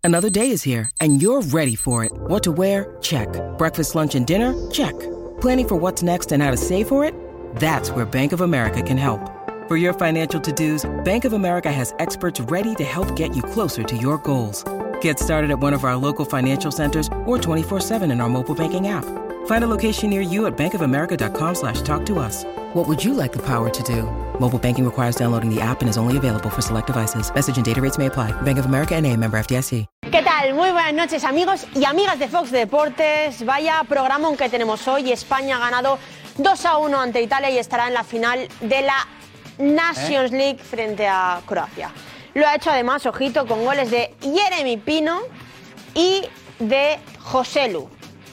Another day is here, and you're ready for it. What to wear? Check. Breakfast, lunch, and dinner? Check. Planning for what's next and how to save for it? That's where Bank of America can help. For your financial to-dos, Bank of America has experts ready to help get you closer to your goals. Get started at one of our local financial centers or 24/7 in our mobile banking app. Find a location near you at bankofamerica.com/talktous. What would you like the power to do? Mobile banking requires downloading the app and is only available for select devices. Message and data rates may apply. Bank of America N.A., member FDIC. ¿Qué tal? Muy buenas noches, amigos y amigas de Fox Deportes. Vaya programón que tenemos hoy. España ha ganado 2-1 ante Italia y estará en la final de la Nations League frente a Croacia. Lo ha hecho además, ojito, con goles de Jeremy Pino y de Joselu.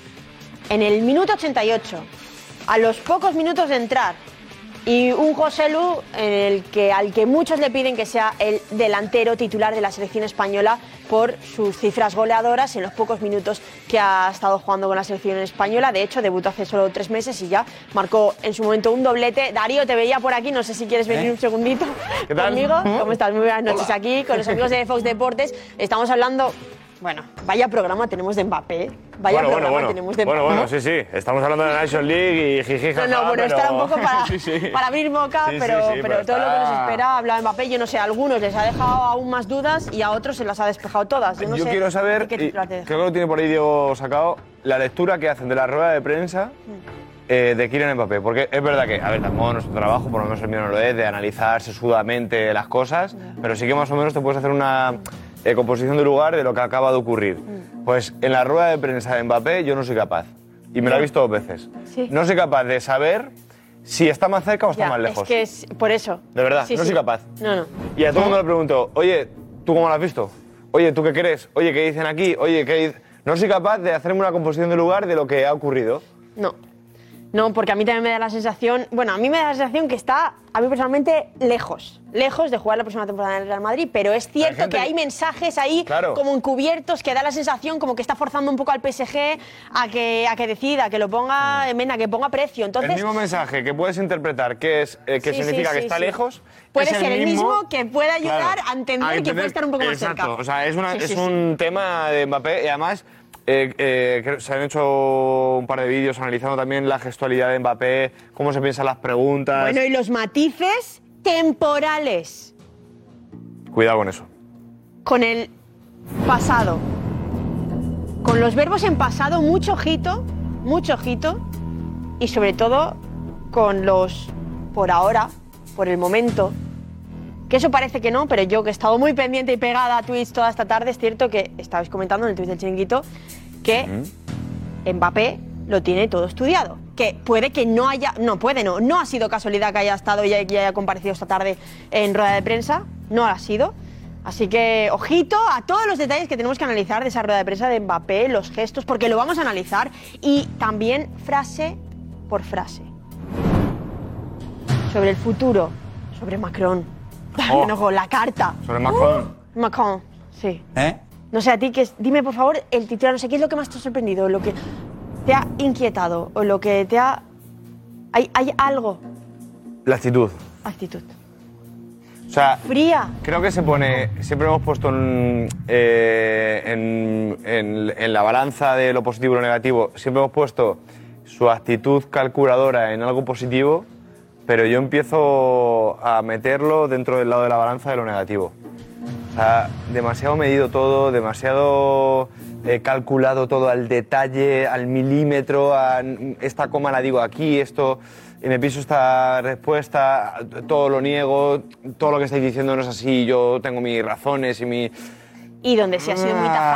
En el minuto 88, a los pocos minutos de entrar, y un Joselu al que muchos le piden que sea el delantero titular de la selección española por sus cifras goleadoras en los pocos minutos que ha estado jugando con la selección española. De hecho, debutó hace solo 3 meses y ya marcó en su momento un doblete. Darío, te veía por aquí, no sé si quieres venir un segundito conmigo. ¿Cómo estás? Muy buenas noches. Aquí con los amigos de Fox Deportes estamos hablando... Bueno, vaya programa tenemos de Mbappé. Vaya programa tenemos de Mbappé. Bueno, sí. Estamos hablando de la Nations League y jiji, jaja. No, bueno, estará un poco para abrir boca, pero todo lo que nos espera habla de Mbappé. Yo no sé, a algunos les ha dejado aún más dudas y a otros se las ha despejado todas. Yo quiero saber, creo que lo tiene por ahí Diego sacado, la lectura que hacen de la rueda de prensa de Kylian Mbappé. Porque es verdad que, a ver, tampoco nuestro trabajo, por lo menos el mío no lo es, de analizar sesudamente las cosas, pero sí que más o menos te puedes hacer una... composición de lugar de lo que acaba de ocurrir. Pues en la rueda de prensa de Mbappé yo no soy capaz. Y me lo he visto 2 veces. Sí. No soy capaz de saber si está más cerca o está más lejos. Es que es por eso. De verdad, no soy capaz. No. Y a todo el mundo le pregunto, oye, ¿tú cómo lo has visto? Oye, ¿tú qué crees? Oye, ¿qué dicen aquí? Oye, ¿qué dicen? No soy capaz de hacerme una composición de lugar de lo que ha ocurrido. No, porque a mí también me da la sensación... Bueno, a mí me da la sensación que está, a mí personalmente, lejos de jugar la próxima temporada en el Real Madrid, pero es cierto que hay mensajes ahí como encubiertos que da la sensación como que está forzando un poco al PSG a que decida, que lo ponga que ponga precio. Entonces, el mismo mensaje que puedes interpretar que significa que está lejos... Puede ser el mismo que puede ayudar a entender que puede estar un poco más cerca. Exacto, o sea, es un tema de Mbappé y además... se han hecho un par de vídeos analizando también la gestualidad de Mbappé, cómo se piensan las preguntas. Bueno, y los matices temporales. Cuidado con eso. Con el pasado. Con los verbos en pasado, mucho ojito. Y sobre todo con los por ahora, por el momento. Que eso parece que no, pero yo que he estado muy pendiente y pegada a tweets toda esta tarde, es cierto que estabais comentando en el tweet del Chiringuito que Mbappé lo tiene todo estudiado. Que puede que no ha sido casualidad que haya estado y haya comparecido esta tarde en rueda de prensa, no ha sido. Así que ojito a todos los detalles que tenemos que analizar de esa rueda de prensa de Mbappé, los gestos, porque lo vamos a analizar y también frase por frase. Sobre el futuro, sobre Macron. La carta. Sobre Macron, sí. No sé, a ti, dime por favor el titular, no sé, ¿qué es lo que más te ha sorprendido? Lo que te ha inquietado o lo que te ha... ¿Hay algo? La actitud. O sea, fría. Creo que se pone... Siempre hemos puesto en la balanza de lo positivo y lo negativo, siempre hemos puesto su actitud calculadora en algo positivo, pero yo empiezo a meterlo dentro del lado de la balanza de lo negativo. O sea, demasiado medido todo, demasiado calculado todo al detalle, al milímetro, esta coma la digo aquí, esto, y me pienso esta respuesta, todo lo niego, todo lo que estáis diciendo no es así, yo tengo mis razones y mi... Y donde se ha sido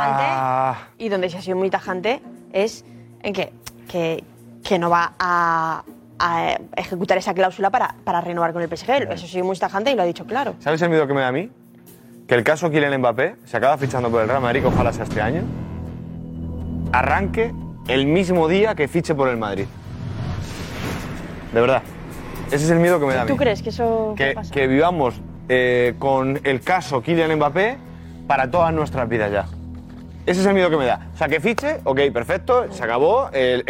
muy tajante, es en que no va a ejecutar esa cláusula para renovar con el PSG. Eso ha sido muy tajante y lo ha dicho claro. ¿Sabes el miedo que me da a mí? Que el caso Kylian Mbappé se acaba fichando por el Real Madrid, que ojalá sea este año, arranque el mismo día que fiche por el Madrid. De verdad. Ese es el miedo que me da a mí. ¿Tú crees que eso pasa? Que vivamos con el caso Kylian Mbappé para todas nuestras vidas ya. Ese es el miedo que me da. O sea, que fiche, ok, perfecto, se acabó.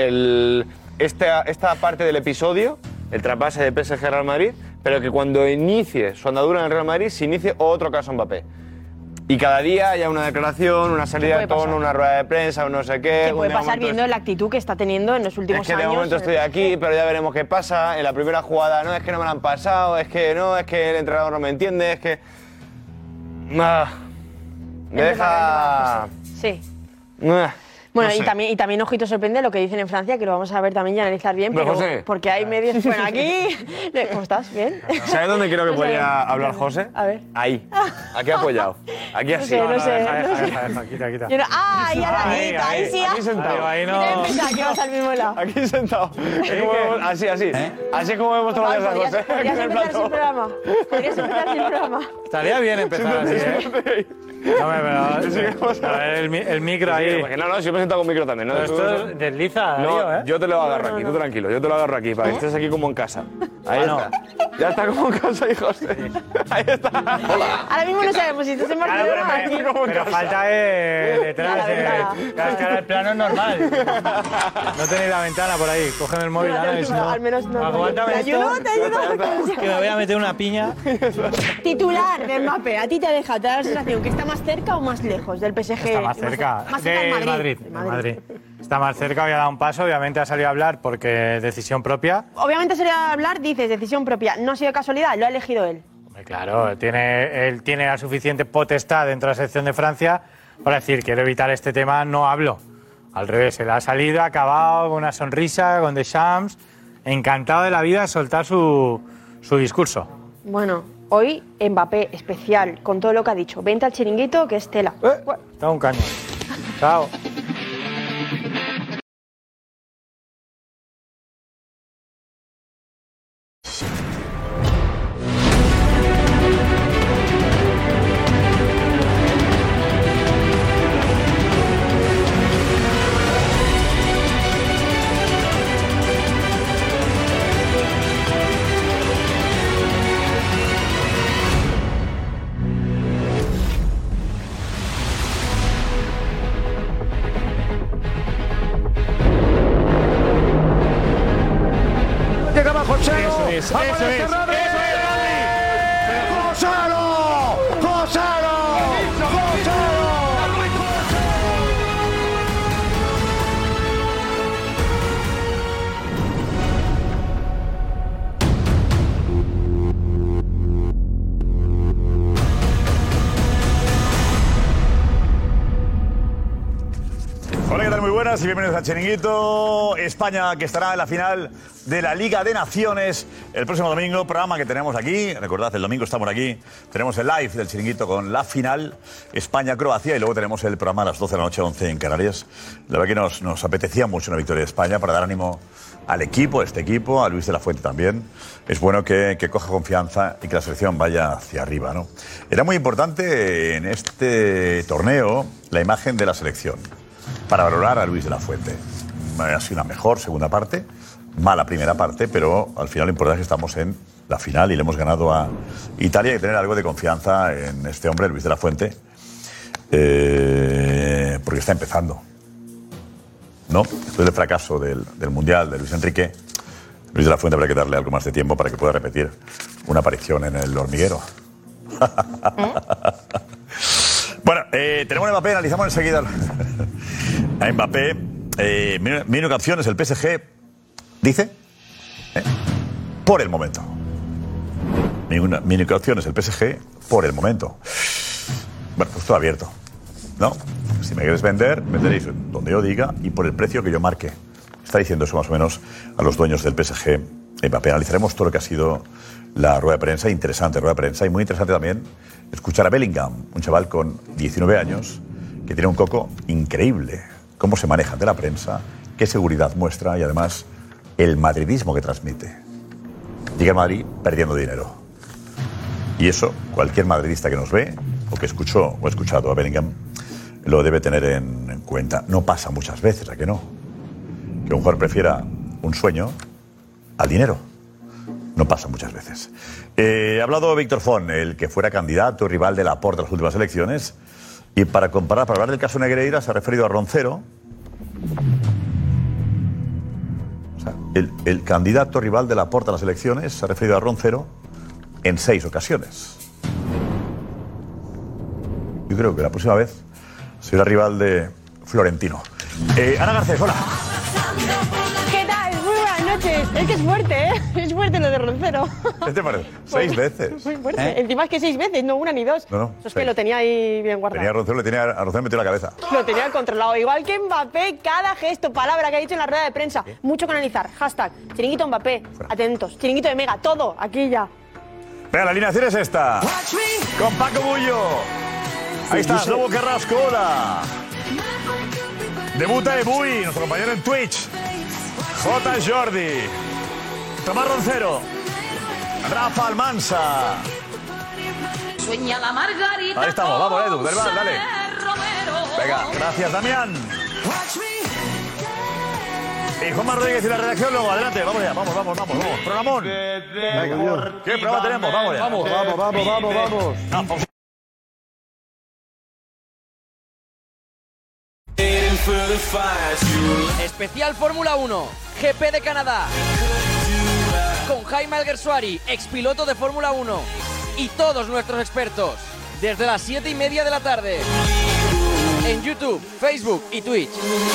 Esta parte del episodio, el traspase de PSG Real Madrid, pero que cuando inicie su andadura en el Real Madrid se inicie otro caso Mbappé. Y cada día haya una declaración, una salida de tono, una rueda de prensa, un no sé qué. Que puede pasar viendo la actitud que está teniendo en los últimos años. Es que de momento estoy aquí, pero ya veremos qué pasa. En la primera jugada, no, es que no me la han pasado, es que no, es que el entrenador no me entiende, es que... me deja... Sí. Bueno, no y también ojito sorprende lo que dicen en Francia, que lo vamos a ver también y analizar bien, pero José. porque hay medios... Bueno, aquí... ¿Cómo estás? ¿Bien? ¿Sabes dónde creo que podría hablar José? A ver. Ahí. Aquí apoyado. Aquí así. No sé. Quita. Ahí sí. Aquí sentado. Ahí no. Aquí vas al mismo lado. Aquí sentado. Así. Así es como vemos todos los días a José. Podrías empezar sin programa. Estaría bien empezar así, ¿eh? No, pero el micro ahí. No, si me he sentado con micro también. Pero esto desliza, Darío, ¿eh? Yo te lo agarro aquí, tú tranquilo. Yo te lo agarro aquí, para que estés aquí como en casa. Ahí está. Ya está como en casa, hijo. Ahí está. Hola. Ahora mismo no sabemos si estás en Barcelona aquí. Pero falta detrás. Es que ahora el plano es normal. No tenéis la ventana por ahí. Cógeme el móvil ahora y si no. Al menos no. Aguántame esto. Te ayudo. Que me voy a meter una piña. Titular de Mbappé. ¿A ti te deja la sensación que está más cerca o más lejos del PSG? Está más cerca. Más cerca de Madrid. Está más cerca, había dado un paso, obviamente ha salido a hablar porque decisión propia. Obviamente ha salido a hablar, dices, decisión propia. No ha sido casualidad, lo ha elegido él. Claro, él tiene la suficiente potestad dentro de la selección de Francia para decir, quiero evitar este tema, no hablo. Al revés, él ha salido, ha acabado con una sonrisa, con Deschamps, encantado de la vida de soltar su discurso. Bueno, hoy Mbappé especial, con todo lo que ha dicho. Vente al chiringuito, que es tela. Está un caño. Chao. Y bienvenidos al Chiringuito. España, que estará en la final de la Liga de Naciones el próximo domingo, programa que tenemos aquí. Recordad, el domingo estamos aquí, tenemos el live del Chiringuito con la final España-Croacia y luego tenemos el programa a las 12 de la noche, 11 en Canarias. La verdad que nos apetecía mucho una victoria de España para dar ánimo al equipo, este equipo, a Luis de la Fuente también. Es bueno que coja confianza y que la selección vaya hacia arriba, ¿no? Era muy importante en este torneo la imagen de la selección para valorar a Luis de la Fuente. Ha sido una mejor segunda parte, mala primera parte, pero al final lo importante es que estamos en la final y le hemos ganado a Italia. Hay que tener algo de confianza en este hombre, Luis de la Fuente, porque está empezando, ¿no? Después del fracaso del Mundial de Luis Enrique, Luis de la Fuente habrá que darle algo más de tiempo para que pueda repetir una aparición en el hormiguero. Bueno, tenemos a Mbappé, analizamos enseguida a Mbappé. Minu Canciones, el PSG, dice, por el momento. Minu Canciones, el PSG, por el momento. Bueno, pues todo abierto, ¿no? Si me quieres vender, venderéis donde yo diga y por el precio que yo marque. Está diciendo eso más o menos a los dueños del PSG. Mbappé, analizaremos todo lo que ha sido la rueda de prensa, interesante rueda de prensa, y muy interesante también escuchar a Bellingham, un chaval con 19 años que tiene un coco increíble. Cómo se maneja ante la prensa, qué seguridad muestra y además el madridismo que transmite. Llega a Madrid perdiendo dinero. Y eso cualquier madridista que nos ve o que escuchó o ha escuchado a Bellingham lo debe tener en cuenta. No pasa muchas veces, ¿a que no? Que un jugador prefiera un sueño al dinero. No pasa muchas veces. Ha hablado Víctor Font, el que fuera candidato y rival de Laporta en las últimas elecciones. Y para hablar del caso Negreira, se ha referido a Roncero. O sea, el candidato rival de Laporta en las elecciones se ha referido a Roncero en 6 ocasiones. Yo creo que la próxima vez será rival de Florentino. Ana Garcés, hola. ¿Qué tal? Muy buenas noches. Es que es fuerte, ¿eh? Es fuerte lo de Roncero. ¿Qué te parece? 6 veces. Muy fuerte. Encima es que 6 veces, no una ni dos. No, Eso es 6. que lo tenía ahí bien guardado. Tenía a Roncero, a Roncero metió la cabeza. Lo tenía controlado. Igual que Mbappé, cada gesto, palabra que ha dicho en la rueda de prensa. Mucho que analizar. Hashtag, chiringuito Mbappé. Atentos. Chiringuito de Mega. Todo. Aquí ya. Venga, la alineación es esta. Con Paco Bullo. Ahí está, Lobo Carrasco, hola. Debuta Ebuy, nuestro compañero en Twitch. J. Jordi. Tomás Roncero. Rafa Almansa. Sueña la margarita. Ahí estamos, vamos, Edu, dale. Venga, gracias, Damián. Y Juanma Rodríguez y la redacción, luego, adelante, vamos allá, vamos. Programón. Venga, ¿qué programa tenemos? Vamos allá. Vamos. Especial Fórmula 1, GP de Canadá. Con Jaime Alguersuari, expiloto de Fórmula 1. Y todos nuestros expertos. Desde las 7:30 de la tarde. En YouTube, Facebook y Twitch.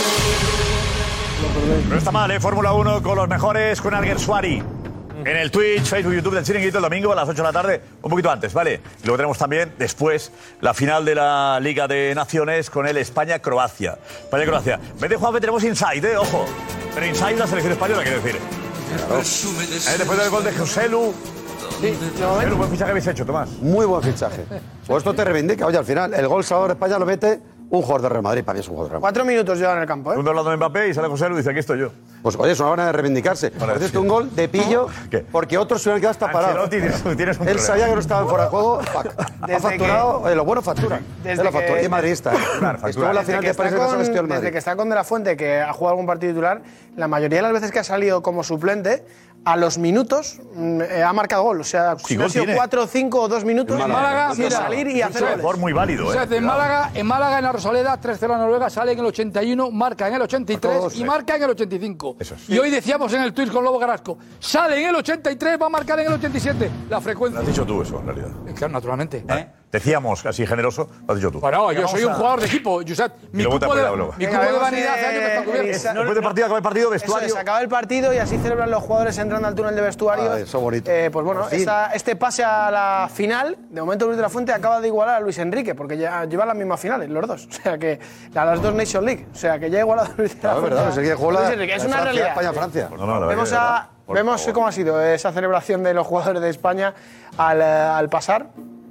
No está mal, Fórmula 1 con los mejores, con Alguersuari. En el Twitch, Facebook, YouTube del Chiringuito el domingo a las 8 de la tarde, un poquito antes, ¿vale? Y luego tenemos también, después, la final de la Liga de Naciones con el España-Croacia. España-Croacia. Vete, Juanfe, tenemos inside, ojo. Pero inside la selección española, quiero decir. Claro. Después del gol de Joselu. Sí, Joselu, buen fichaje habéis hecho, Tomás. Muy buen fichaje. Pues esto te reivindica. Oye, al final, el gol Salvador España lo mete un jugador de Real Madrid. Para mí es un jugador de Real Madrid. 4 minutos lleva en el campo, ¿eh? Uno hablando de Mbappé y sale Joselu y dice, aquí estoy yo. Pues oye, es una manera de reivindicarse. Haces un gol de pillo, porque otros se hubieran quedado hasta parados. Tienes un Él sabía que no estaba fuera de juego. Ha facturado, lo bueno factura. Él lo factura. Y madridista. Estuvo en la final de París de desde que está con De La Fuente, que ha jugado algún partido titular, la mayoría de las veces que ha salido como suplente, a los minutos ha marcado gol. O sea, si ha sido 4, 5 o 2 minutos, en Málaga, de salir y hacer goles. Es muy válido, o sea, en Málaga, en la Rosaleda, 3-0 a Noruega, sale en el 81, marca en el 83 y marca en el 85. Y hoy decíamos en el Twitch con Lobo Carrasco, sale en el 83, va a marcar en el 87. La frecuencia. Lo has dicho tú eso, en realidad. Claro, naturalmente. Decíamos, así generoso, lo has dicho tú. Bueno, yo soy un jugador de equipo, Josep. Mi cupo de vanidad hace años que está cubierto. Después de partido, acaba el partido, vestuario. Eso es, acaba el partido y así celebran los jugadores entrando al túnel de vestuario. Eso bonito. Pues bueno, este pase a la final, de momento Luis de la Fuente acaba de igualar a Luis Enrique, porque ya llevan las mismas finales, los dos. O sea que, a las dos Nations League. O sea que ya ha igualado a Luis de la Fuente. Es verdad, Luis Enrique es una realidad. España-Francia. Vemos cómo ha sido esa celebración de los jugadores de España al pasar.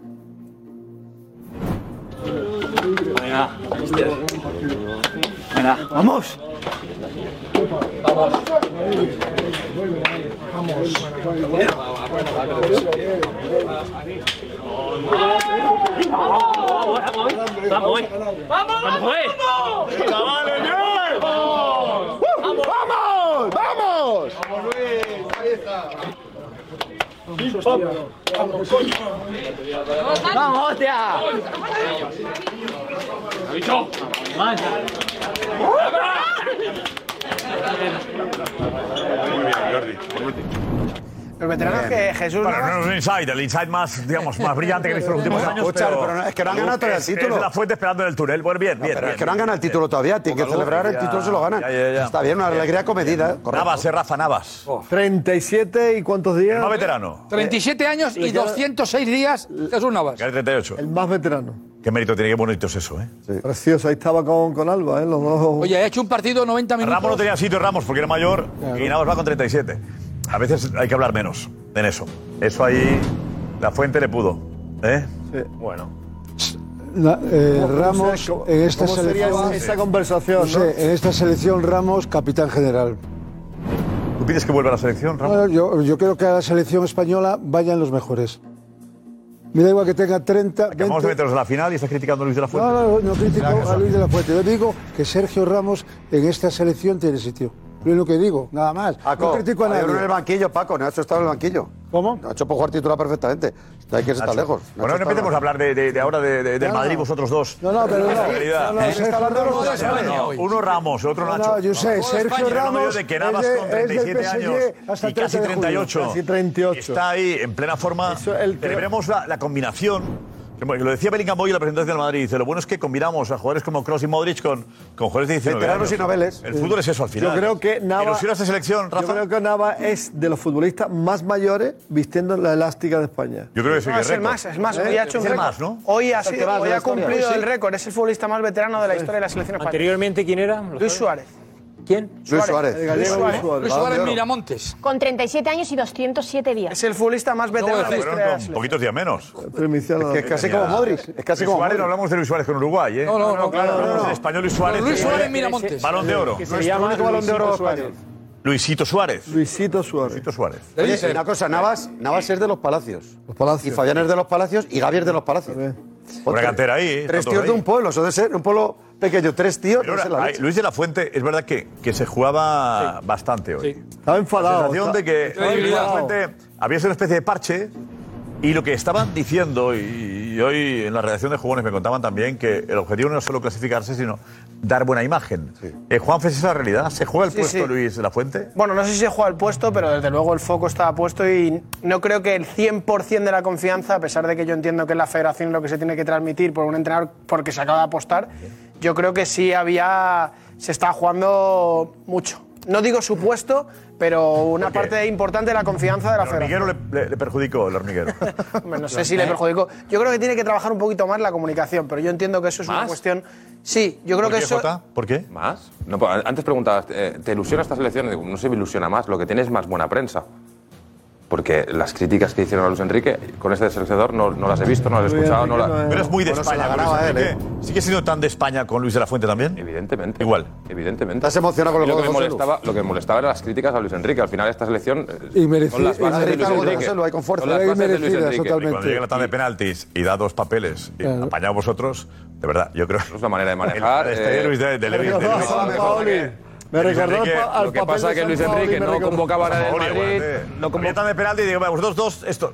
Venga, vamos. ¡Vamos, hostia! Muy bien, Jordi. Los veteranos que Jesús. Bueno, no es un inside, el inside más, digamos, más brillante que he visto en los últimos años. Pero es que no han ganado todavía el título. Es de la Fuente esperando en el túnel. Pues bien. Es que no han ganado el título todavía. Tienen que celebrar el título, se lo ganan. Está bien, una alegría comedida. Navas, Rafa Navas. 37 y ¿cuántos días? El más veterano. 37 años y 206 días, Jesús Navas. Que hay 38. El más veterano. Qué mérito tiene, qué bonito es eso, ¿eh? Sí. Precioso, ahí estaba con Alba, los dos. Oye, ha hecho un partido 90 minutos. Ramos no tenía sitio, Ramos, porque era mayor, y Navas va con 37. A veces hay que hablar menos en eso. Eso ahí, la Fuente le pudo. ¿Eh? Sí. Bueno. Ramos, en esta selección. Esa conversación, no sé, en esta selección, Ramos, capitán general. ¿Tú pides que vuelva a la selección, Ramos? Bueno, yo creo que a la selección española vayan los mejores. Me da igual que tenga 30. Vamos a meternos en la final y estás criticando a Luis de la Fuente. No critico a Luis de la Fuente. Yo digo que Sergio Ramos en esta selección tiene sitio. Lo único que digo, nada más. Paco, no critico a nadie. en el banquillo, Paco. Nacho estaba en el banquillo. ¿Cómo? Nacho puede jugar titular perfectamente. No hay que estar lejos. Bueno, no empecemos a hablar de ahora del Madrid, vosotros dos. Pero Uno Ramos, otro Nacho. No, yo sé, Sergio Ramos. De que Navas con 37 años y casi 38. Casi 38. Está ahí en plena forma. Celebremos la combinación Lo decía Bellingham hoy en la presentación del Madrid. Dice, lo bueno es que combinamos a jugadores como Kroos y Modric con jugadores de 19 veteranos años. y noveles. El fútbol es eso al final. Yo creo que Nava, ¿Ilusiona esta selección, Rafa? Yo creo que Nava es de los futbolistas más mayores vistiendo la elástica de España. Yo creo que sí que es más. Hoy ha hecho un récord. ¿no? Hoy ha cumplido el récord. Es el futbolista más veterano de la historia de la selección española. Anteriormente, ¿quién era? Luis Suárez. ¿Quién? Luis Suárez. Luis Suárez Miramontes. Con 37 años y 207 días. Es el futbolista más veterano de la historia de la selección. Poquitos días menos. Es casi como Modric. Es casi como Suárez, Modric. no hablamos de Luis Suárez con Uruguay, ¿eh? No, claro. El español Luis Suárez. Luis Suárez Miramontes. Balón de oro. Que se llama único Balón de Oro Luisito Suárez. español. Luisito Suárez. Luisito Suárez. Luisito Suárez. Oye, una cosa, Navas es de los Palacios. Los Palacios. Y Fabián es de los Palacios y Gaby es de los Palacios. Una cantera ahí. Tres tíos de un pueblo, eso debe ser un pueblo pequeño. Tres tíos. Pero ahora, Luis de la Fuente, es verdad que se jugaba bastante hoy. Sí. Estaba enfadado. La sensación de que Luis de la Fuente había sido una especie de parche y lo que estaban diciendo, y hoy en la redacción de Jugones me contaban también que el objetivo no es solo clasificarse, sino dar buena imagen. Juanfe, ¿es esa realidad? ¿Se juega el puesto Luis de la Fuente? Bueno, no sé si se juega el puesto, pero desde luego el foco estaba puesto y no creo que el 100% de la confianza, a pesar de que yo entiendo que es la federación lo que se tiene que transmitir por un entrenador porque se acaba de apostar, yo creo que sí se está jugando mucho. No digo su puesto, pero una parte importante de la confianza de la federación. ¿El hormiguero le perjudicó, el hormiguero? No sé si le perjudicó. Yo creo que tiene que trabajar un poquito más la comunicación, pero yo entiendo que eso es una cuestión... Sí, yo creo que eso... Jota? ¿Por qué? ¿Más? No, pues antes preguntabas, ¿te ilusiona esta selección? Digo, no se me ilusiona más, lo que tiene es más buena prensa. Porque las críticas que hicieron a Luis Enrique con este seleccionador no las he visto, no las he escuchado. Pero es muy de España. ¿Sigue siendo tan de España con Luis de la Fuente también? Evidentemente. Igual. Evidentemente. ¿Estás emocionado con lo que me molestaba eran las críticas a Luis Enrique. Al final esta selección son las bases de Luis Enrique. Hay con fuerza. Son las bases de Luis Enrique. Cuando llega la tanda de penaltis y da dos papeles y apañados vosotros, de verdad, yo creo... Es la manera de manejar. de Luis. Me recordó al lo que pasa es que Luis Enrique no convocaba a nadie del Madrid. No convocaba de penalti y digo, vosotros dos, esto.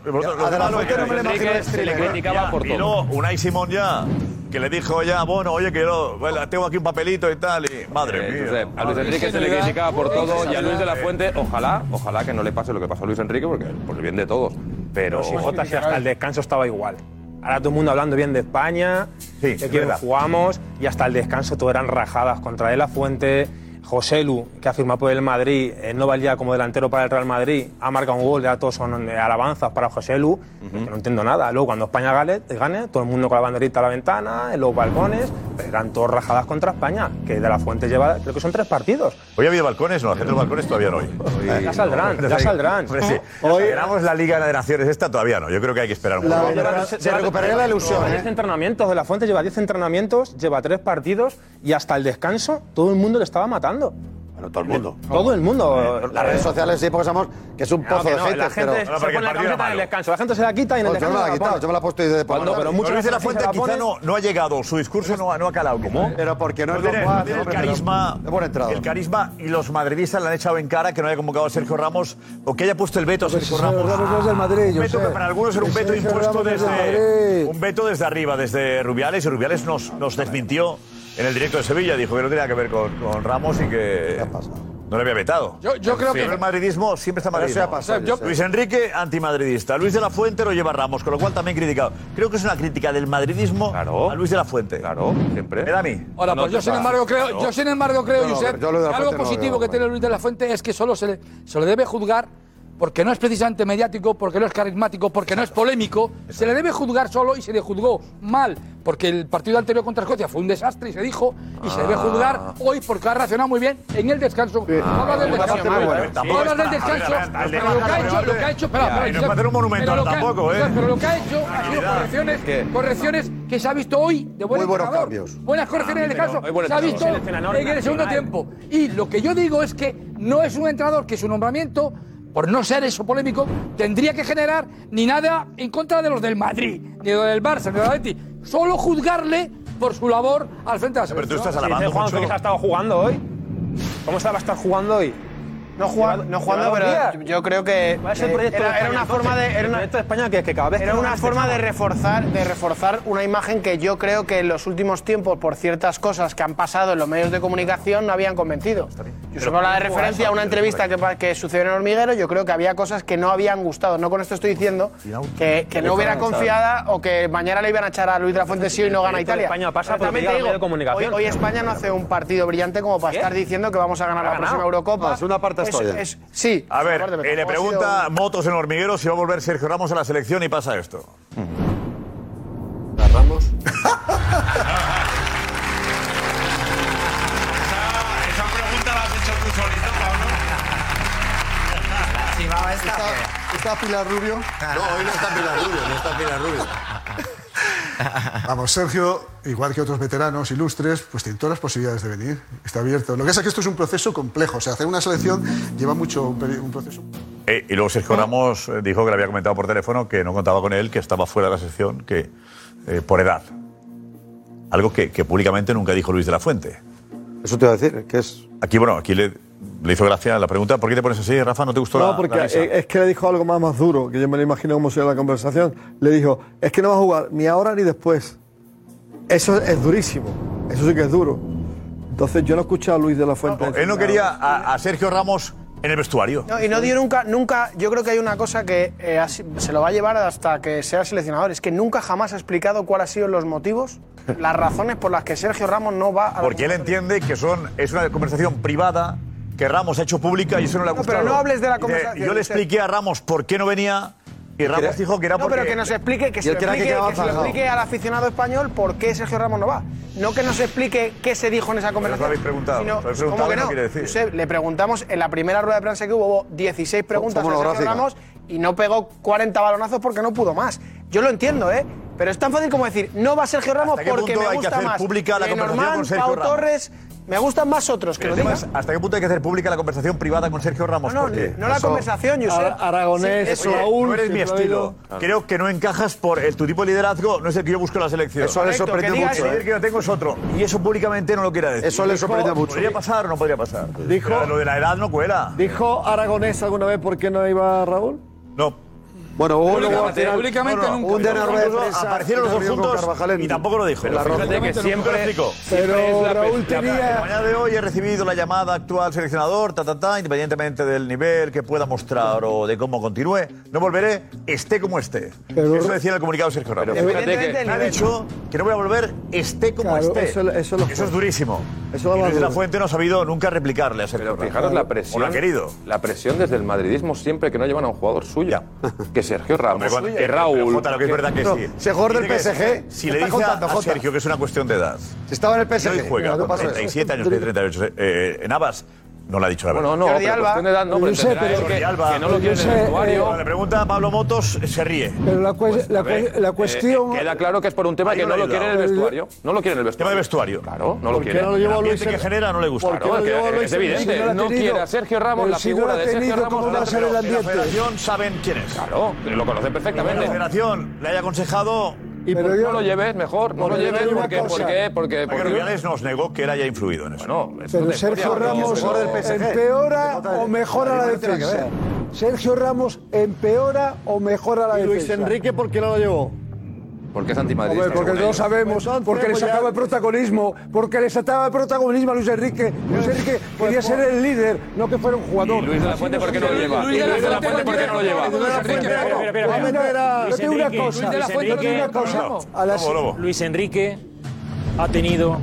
Se le criticaba por todo. Y luego Unai Simón ya, que le dijo ya, bueno, oye, que yo tengo aquí un papelito y tal, y madre mía. A Luis Enrique se le criticaba por todo y a Luis de la Fuente, ojalá que no le pase lo que pasó a Luis Enrique, porque por el bien de todos. Pero si Jota, si hasta el descanso estaba igual. Ahora todo el mundo hablando bien de España, de quién jugamos, y hasta el descanso todo eran rajadas contra De la Fuente. Joselu, que ha firmado por el Madrid, no valía como delantero para el Real Madrid, ha marcado un gol, ya todos son alabanzas para Joselu, que no entiendo nada. Luego cuando España gane, todo el mundo con la banderita a la ventana, en los balcones, pero eran todos rajadas contra España, que De la Fuente lleva, creo que son 3 partidos. ¿Hoy ha habido balcones? No, la gente de los balcones todavía no. Ya saldrán. Pues sí. Hoy esperamos la Liga de Naciones, esta todavía no. Yo creo que hay que esperar un poco. Se recuperaría la ilusión. 10 entrenamientos, De la Fuente lleva 10 entrenamientos, lleva 3 partidos y hasta el descanso todo el mundo le estaba matando. Bueno, todo el mundo. Todo el mundo. Las redes sociales sí, porque sabemos que es un pozo de haters. La gente se pone la camiseta en el descanso. La gente se la quita y en el descanso. Yo me la he quitado, yo me la he puesto y de pero muchos Luis de la Fuente quizá no ha llegado, su discurso no ha calado. ¿Cómo? Pero porque no es el carisma. El carisma y los madridistas le han echado en cara que no haya convocado a Sergio Ramos o que haya puesto el veto a Sergio Ramos. No es del Madrid, Un veto que para algunos era un veto impuesto desde arriba, desde Rubiales, y Rubiales nos desmintió en el directo de Sevilla, dijo que no tenía que ver con Ramos y que no le había vetado. Yo creo que el madridismo siempre está madridismo. Luis Enrique, antimadridista. Luis de la Fuente lo lleva Ramos, con lo cual también criticado. Creo que es una crítica del madridismo a Luis de la Fuente. Claro, siempre. Me da a mí. Ahora, pues yo sin embargo creo, Josep, que algo positivo que tiene Luis de la Fuente es que solo se le debe juzgar porque no es precisamente mediático, porque no es carismático, porque no es polémico. Se le debe juzgar solo y se le juzgó mal, porque el partido anterior contra Escocia fue un desastre y se dijo, y se debe juzgar hoy porque ha reaccionado muy bien en el descanso. Habla del descanso. Pero lo que ha hecho, pero lo que ha hecho ha sido correcciones que se ha visto hoy de buen entrenador. Buenas correcciones en el descanso. Se ha visto en el segundo tiempo. Y lo que yo digo es que no es un entrenador que su nombramiento, por no ser eso polémico, tendría que generar ni nada en contra de los del Madrid, ni de los del Barça, ni de los del Betis. Solo juzgarle por su labor al frente de la selección. Pero tú estás alabando mucho. ¿Que se ha estado jugando hoy? ¿Cómo se va a estar jugando hoy? No jugando, pero yo creo que era una forma de reforzar una imagen que yo creo que en los últimos tiempos, por ciertas cosas que han pasado en los medios de comunicación, no habían convencido. Yo habla de referencia a una entrevista que sucedió en el Hormiguero. Yo creo que había cosas que no habían gustado. No con esto estoy diciendo que no hubiera confiada o que mañana le iban a echar a Luis de la Fuente sí y no gana Italia. España pasa por también te digo, hoy España no hace un partido brillante como para estar diciendo que vamos a ganar la próxima Eurocopa. Es una parte estoy. Sí. A ver, le pregunta Motos en el Hormiguero si va a volver Sergio Ramos a la selección y pasa esto. ¿A Ramos? Esa pregunta la has hecho tú solito, Pablo. ¿Está Pilar Rubio? No, hoy no está Pilar Rubio, no está Pilar Rubio. Vamos, Sergio, igual que otros veteranos ilustres, pues tiene todas las posibilidades de venir. Está abierto. Lo que pasa es que esto es un proceso complejo. O sea, hacer una selección lleva mucho un proceso. Y luego Sergio Ramos dijo que le había comentado por teléfono que no contaba con él, que estaba fuera de la selección, que por edad. Algo que públicamente nunca dijo Luis de la Fuente. Eso te iba a decir, que es... Aquí le hizo gracia la pregunta. ¿Por qué te pones así, Rafa? ¿No te gustó la porque risa? es que le dijo algo más duro, que yo me lo imagino cómo sería la conversación. Le dijo, es que no va a jugar ni ahora ni después. Eso es durísimo. Eso sí que es duro. Entonces yo no he escuchado a Luis de la Fuente. Él no quería a Sergio Ramos en el vestuario. No, y no dio nunca. Yo creo que hay una cosa que se lo va a llevar hasta que sea seleccionador. Es que nunca jamás ha explicado cuáles han sido los motivos, las razones por las que Sergio Ramos no va a... Porque él entiende que es una conversación privada que Ramos ha hecho pública y eso no le ha gustado. Pero no hables de la conversación. Yo le expliqué a Ramos por qué no venía y Ramos dijo que era porque... No, pero que nos explique, que se lo explique al aficionado español por qué Sergio Ramos no va. No que nos explique qué se dijo en esa conversación. Pero eso lo habéis preguntado. ¿Cómo que no quiere decir? Josep, le preguntamos en la primera rueda de prensa que hubo 16 preguntas a Sergio Ramos y no pegó 40 balonazos porque no pudo más. Yo lo entiendo, pero es tan fácil como decir, no va Sergio Ramos porque me gusta más Lenormand, Pau Torres... Me gustan más otros que lo digas. ¿Hasta qué punto hay que hacer pública la conversación privada con Sergio Ramos? No la conversación, Josep. Aragonés, sí, Raúl... No eres mi estilo. Claro. Creo que no encajas por tu tipo de liderazgo, no es el que yo busco en la selección. Eso le sorprendió mucho. El que yo tengo es otro. Y eso públicamente no lo quiere decir. Eso le sorprendió mucho. ¿Podría pasar o no podría pasar? Dijo, lo de la edad no cuela. ¿Dijo Aragonés alguna vez por qué no iba Raúl? No. Bueno, públicamente nunca. Un de prensa aparecieron los dos juntos y tampoco lo dijo. Pero fíjate que siempre Pero Raúl tenía... La mañana de hoy he recibido la llamada actual seleccionador, independientemente del nivel que pueda mostrar o de cómo continúe, no volveré, esté como esté. Eso decía en el comunicado Sergio Ramos. Pero fíjate que me ha dicho que no voy a volver, esté como esté. Eso es durísimo. Y Luis de la Fuente no ha sabido nunca replicarle a Sergio Ramos. Pero fijaros la presión. O lo ha querido. La presión desde el madridismo siempre que no llevan a un jugador suyo. Que Sergio Ramos, que Raúl. Jota, lo que es verdad que sí. Ese jugador del PSG. Si le dice a Sergio que es una cuestión de edad. Si estaba en el PSG. No juega con 37 años, tiene 38. Navas no le ha dicho la verdad. No, pero cuestión de edad no, pero entenderá que no lo quiere en el vestuario. Cuando le pregunta a Pablo Motos, se ríe. Pero la cuestión... Queda claro que es por un tema que no lo quiere en el vestuario. No lo quiere en el vestuario. Tema de vestuario. Claro, no lo quiere. El ambiente que genera no le gusta. Claro, es evidente. No quiere a Sergio Ramos, la figura de Sergio Ramos. ¿Cómo va a ser el ambiente? La federación saben quién es. Claro, lo conocen perfectamente. La federación le haya aconsejado... Pero no lo lleves, mejor, no lo lleves, porque Rubiales nos negó que él haya influido en eso. Bueno, pero Sergio Ramos empeora o mejora la defensa. Sergio Ramos empeora o mejora la defensa. Luis Enrique, ¿por qué no lo llevó? Porque es antimadridista. Porque no sabemos, porque le sacaba el protagonismo, porque le sacaba el protagonismo a Luis Enrique. Luis Enrique quería ser el líder, no que fuera un jugador. ¿Y Luis de la Fuente por qué no lo lleva? ¿Y Luis de la Fuente por qué no lo lleva? Yo tengo una cosa. Luis de la Fuente tiene una cosa. Luis Enrique ha tenido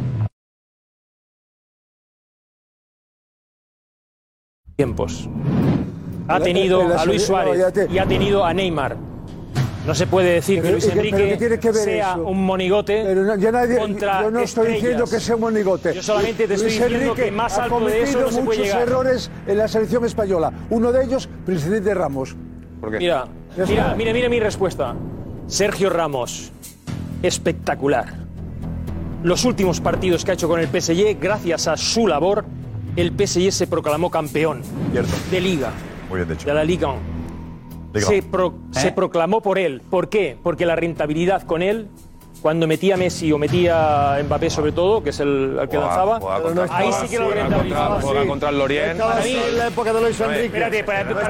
tiempos. Ha tenido a Luis Suárez y ha tenido a Neymar. No se puede decir que Luis Enrique sea un monigote contra yo no estoy diciendo que sea un monigote. Yo solamente te estoy diciendo que más alto de eso no se puede llegar. Ha cometido muchos errores en la selección española. Uno de ellos, presidente Ramos. ¿Por qué? Mira mi respuesta. Sergio Ramos, espectacular. Los últimos partidos que ha hecho con el PSG, gracias a su labor, el PSG se proclamó campeón de Liga. Muy bien dicho. De la Liga 1. Se proclamó por él. ¿Por qué? Porque la rentabilidad con él cuando metía a Messi o metía a Mbappé sobre todo, que es el que lanzaba, ahí sí que lo rentabilizaba. Juega contra el Lorient. En la época de Luis Enrique. Espérate,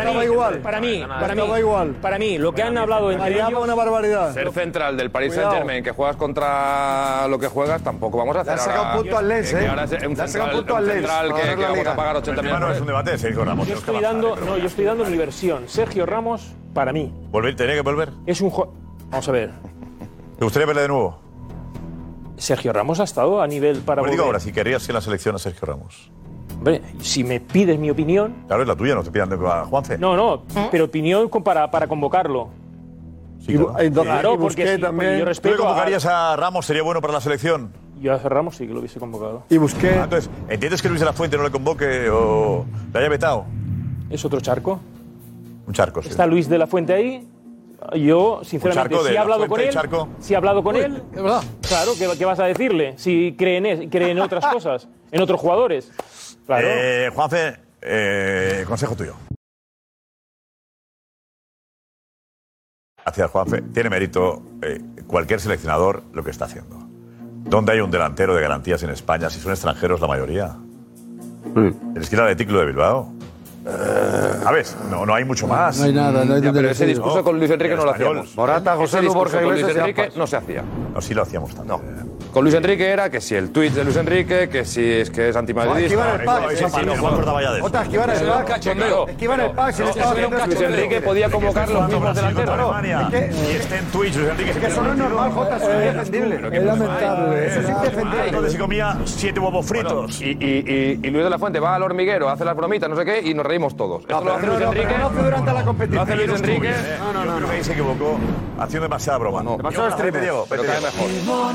para mí, lo que han hablado entre ellos... una barbaridad. Ser central del Paris Saint-Germain, que juegas contra lo que juegas, tampoco vamos a hacer. Le han sacado un punto al Lens, que ahora es un central que vamos a pagar 80 millones. No es un debate, Sergio Ramos. Yo estoy dando mi versión. Sergio Ramos, para mí... ¿Tenía que volver? Es un Vamos a ver. ¿Te gustaría verle de nuevo? Sergio Ramos ha estado a nivel para Pero digo volver. ahora, si querrías en la selección a Sergio Ramos. Hombre, si me pides mi opinión... Claro, es la tuya, no te pidan a Juanfe. No, pero opinión para convocarlo. Sí, claro. Claro, porque yo respeto... ¿Tú le convocarías a Ramos? ¿Sería bueno para la selección? Yo a Ramos sí que lo hubiese convocado. Y Busquets... Entonces, ¿entiendes que Luis de la Fuente no le convoque o le haya vetado? ¿Es otro charco? Un charco, sí. Está Luis de la Fuente ahí. Yo, sinceramente, si he hablado con él... Si he hablado con él... Es verdad. Claro, ¿qué vas a decirle? Si cree en otras cosas, en otros jugadores. Claro. Juanfe, consejo tuyo. Gracias, Juanfe. Tiene mérito cualquier seleccionador lo que está haciendo. ¿Dónde hay un delantero de garantías en España si son extranjeros la mayoría? ¿Tienes que ir al Athletic de Bilbao? A ver, no hay mucho más. No hay nada, no hay Pero ese discurso con Luis Enrique no lo hacíamos. Morata, José Lu, Borja Con Luis Iglesias. Enrique no se hacía. No, sí lo hacíamos también. Con Luis Enrique era que si el tuit de Luis Enrique, que si es que es antimadridista. Esquivan el pack. No me acordaba ya de eso. Otra, esquivan el pack. Esquivan el pack. Si no estaba haciendo Luis Enrique podía convocar los mismos delanteros. Y esté en Twitch, Luis Enrique. Que eso no es normal, Jota, eso es indefendible. Es lamentable. Eso es indefendible. Entonces se comía 7 huevos fritos. Y Luis de la Fuente va al hormiguero, hace las bromitas, no sé qué, y nos reímos todos. Esto lo hace Luis Enrique. No hace durante la competición. Lo hace Luis Enrique. Yo creo que ahí se equivocó haciendo demasiada broma. Demasiado extremo. Diego, Pero cae mejor.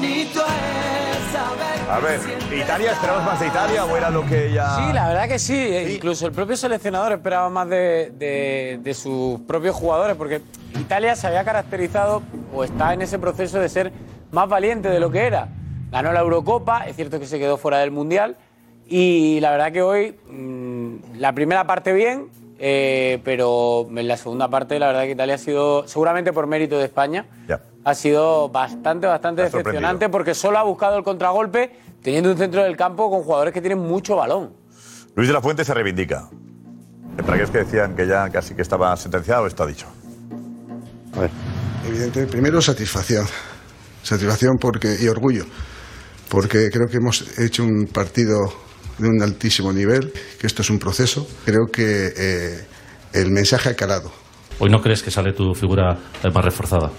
A ver, ¿Italia? ¿Esperamos más de Italia o era lo que ya...? Sí, la verdad que sí. Incluso el propio seleccionador esperaba más de sus propios jugadores, porque Italia se había caracterizado, o está en ese proceso de ser más valiente de lo que era. Ganó la Eurocopa, es cierto que se quedó fuera del Mundial, y la verdad que hoy, la primera parte bien, pero en la segunda parte la verdad que Italia ha sido, seguramente por mérito de España, ha sido bastante decepcionante porque solo ha buscado el contragolpe teniendo un centro del campo con jugadores que tienen mucho balón. Luis de la Fuente se reivindica. Para aquellos que decían que ya casi que estaba sentenciado, esto ha dicho. A ver. Evidentemente, primero satisfacción. Satisfacción y orgullo. Porque creo que hemos hecho un partido de un altísimo nivel, que esto es un proceso. Creo que el mensaje ha calado. ¿Hoy no crees que sale tu figura más reforzada?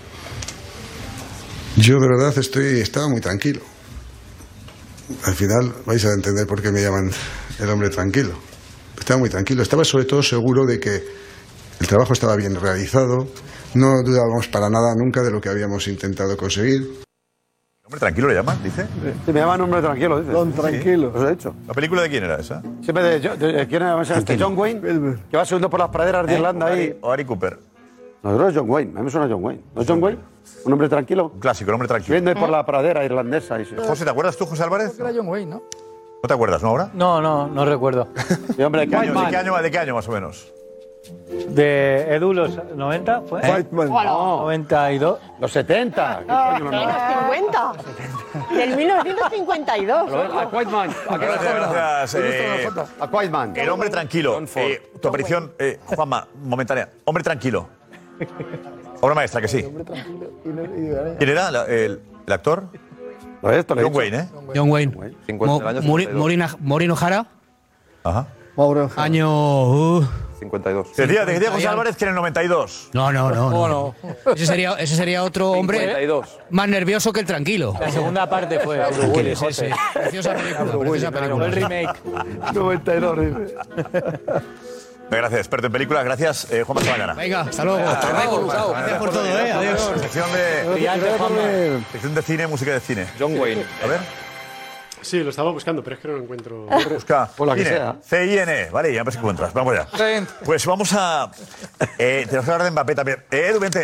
Yo de verdad estaba muy tranquilo. Al final vais a entender por qué me llaman el hombre tranquilo. Estaba muy tranquilo. Estaba sobre todo seguro de que el trabajo estaba bien realizado. No dudábamos para nada nunca de lo que habíamos intentado conseguir. ¿Hombre tranquilo le llaman, dice? Sí, me llaman hombre tranquilo, dice. Don Tranquilo. Lo he hecho. ¿La película de quién era esa? Siempre de ¿quién era John Wayne, que va subiendo por las praderas de Irlanda ahí. O Ari Cooper. No, no es John Wayne, a mí me suena John Wayne. ¿No es John Wayne? ¿Un hombre tranquilo? Un clásico, un hombre tranquilo. Subiendo por la pradera irlandesa. Ahí, sí. José, ¿te acuerdas tú, José Álvarez? Creo que era John Wayne, ¿no? ¿No te acuerdas, no, ahora? No recuerdo. Sí, hombre, ¿De qué año más o menos? De Edu, los 90, ¿fue? Whiteman. 92. Los 70. No, los 50. Del 1952. A Whiteman. Gracias. A Whiteman. El hombre tranquilo. Tu aparición, Juanma, momentánea. Hombre tranquilo. Obra maestra, que sí. ¿Quién era el actor? John Wayne, ¿eh? John Wayne. 50 años. Maureen O'Hara. Ajá. Año... 52. Decía José Álvarez que en el 92. No. Ese sería otro hombre 52. más nervioso que el tranquilo. La segunda parte fue Tranquilo, sí. Preciosa película. El remake. 92. Gracias, experto en películas. Gracias, Juan. Hasta mañana. Venga, hasta luego. Gracias por todo, adiós. Sección de cine, música de cine. John Wayne. A ver. Sí, lo estaba buscando, pero es que no lo encuentro. Busca. Por la que Cine. sea. C-I-N. Vale, ya me encuentras. Vamos allá. Pues vamos a... tenemos que hablar de Mbappé también. Edu, vente.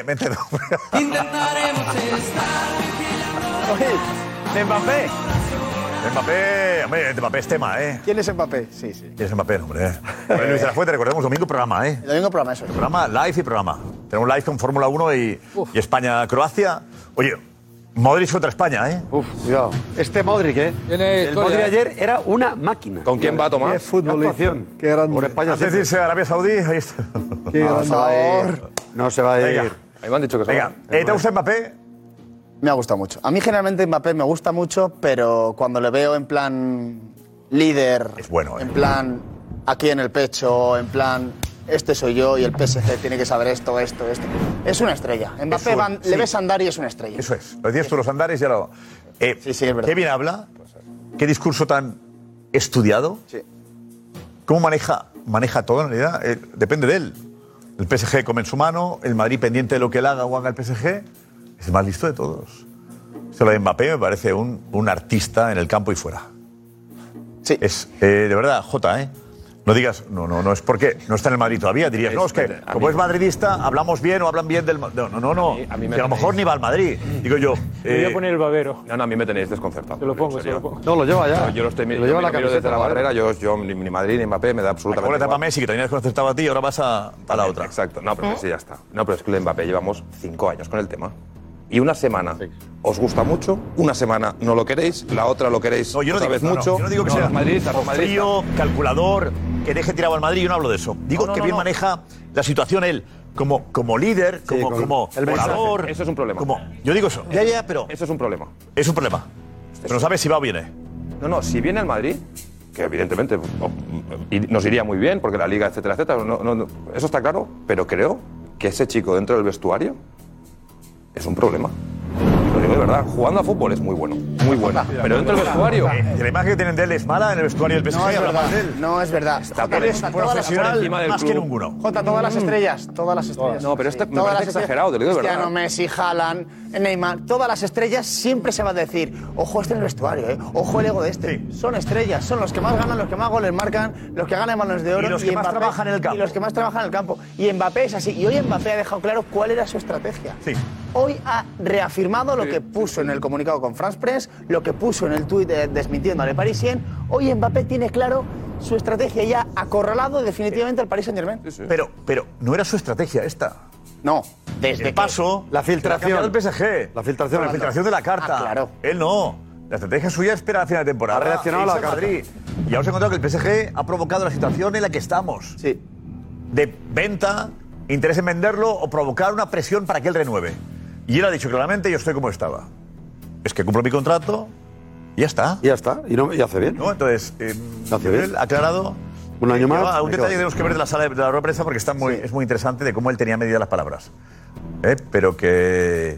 ¿De Mbappé? Hombre, Mbappé es tema, ¿eh? ¿Quién es Mbappé? Sí. ¿Quién es Mbappé, hombre? Luis de la Fuente, recordemos, domingo programa, ¿eh? El domingo programa, eso. Programa live y programa. Tenemos live con Fórmula 1 y España-Croacia. Oye, Modric contra España, ¿eh? Uf, cuidado. Este Modric, ¿eh? El Modric ayer era una máquina. ¿Con quién va a tomar? Qué futbolista. Qué grande. Por España. Antes de irse a Arabia Saudí, ahí está. Qué grande. No se va a ir. Venga. Ahí me han dicho que se va. ¿Te gusta Mbappé? Me ha gustado mucho. A mí generalmente Mbappé me gusta mucho, pero cuando le veo en plan líder, es bueno, en plan aquí en el pecho, en plan este soy yo y el PSG tiene que saber esto. Es una estrella. Mbappé le ves andar y es una estrella. Eso es. Lo decías tú, los andares ya lo... sí, es verdad. Qué bien habla. Qué discurso tan estudiado. Sí. ¿Cómo maneja todo en realidad? Depende de él. El PSG come en su mano, el Madrid pendiente de lo que él haga o haga el PSG. Es el más listo de todos. Lo de Mbappé me parece un artista en el campo y fuera. Sí. Es, de verdad, Jota, ¿eh? No digas, no es porque no está en el Madrid todavía. Dirías, no, es que como es madridista, hablamos bien o hablan bien del... No. A mí a lo mejor ni va al Madrid. Digo yo... Me voy a poner el babero. No, a mí me tenéis desconcertado. Se lo pongo. No, lo lleva ya. Yo lo estoy lo lleva la miro desde la barrera, yo ni Madrid ni Mbappé me da absolutamente igual. La etapa igual. Messi, que tenías desconcertado a ti, ahora vas a la otra. Exacto. No, pero sí, ya está. No, pero es que el Mbappé llevamos 5 años con el tema. Y una semana os gusta mucho, una semana no lo queréis, la otra lo queréis otra vez mucho. Yo no digo que sea los madridistas, frío, calculador, que deje tirado al Madrid, yo no hablo de eso. Digo que bien maneja la situación él, como líder, como orador. Eso es un problema. Yo digo eso. Ya, pero... Eso es un problema. Es un problema. Pero no sabes si va o viene. No, si viene el Madrid, que evidentemente nos iría muy bien, porque la Liga, etcétera, eso está claro, pero creo que ese chico dentro del vestuario es un problema. Lo digo de verdad, jugando a fútbol es muy bueno, pero dentro del vestuario... La imagen que tienen de él es mala en el vestuario del PSG. No es verdad, no es verdad. Eres profesional más que ninguno. Jota, todas las estrellas. No, pero me parece exagerado, te lo digo de verdad. Cristiano, Messi, Haaland, Neymar, todas las estrellas siempre se va a decir, ojo este en el vestuario, ojo el ego de este. Sí. Son estrellas, son los que más ganan, los que más goles marcan, los que ganan balones de oro. Y los que más trabajan en el campo. Y los que más trabajan en el campo. Y Mbappé es así. Y hoy Mbappé ha dejado claro cuál era su estrategia. Sí. Hoy ha reafirmado lo que puso en el comunicado con France Press, lo que puso en el tuit desmintiendo a Le Parisien. Hoy Mbappé tiene claro su estrategia y ha acorralado definitivamente al Paris Saint-Germain. Pero no era su estrategia esta. No, desde el paso, la filtración del PSG, la filtración de la carta. Claro. Él no. La estrategia suya es esperar a final de temporada. Ha reaccionado a la carta. Madrid. Y ya os he contado que el PSG ha provocado la situación en la que estamos. Sí. De venta, interés en venderlo o provocar una presión para que él renueve. Y él ha dicho claramente, yo estoy como estaba. Es que cumplo mi contrato y ya está. Y hace bien. ¿No? Entonces, hace bien. Él ha aclarado... Un año más. Un detalle tenemos que ver de la sala de la rueda de prensa porque es muy interesante de cómo él tenía medidas las palabras. Pero que...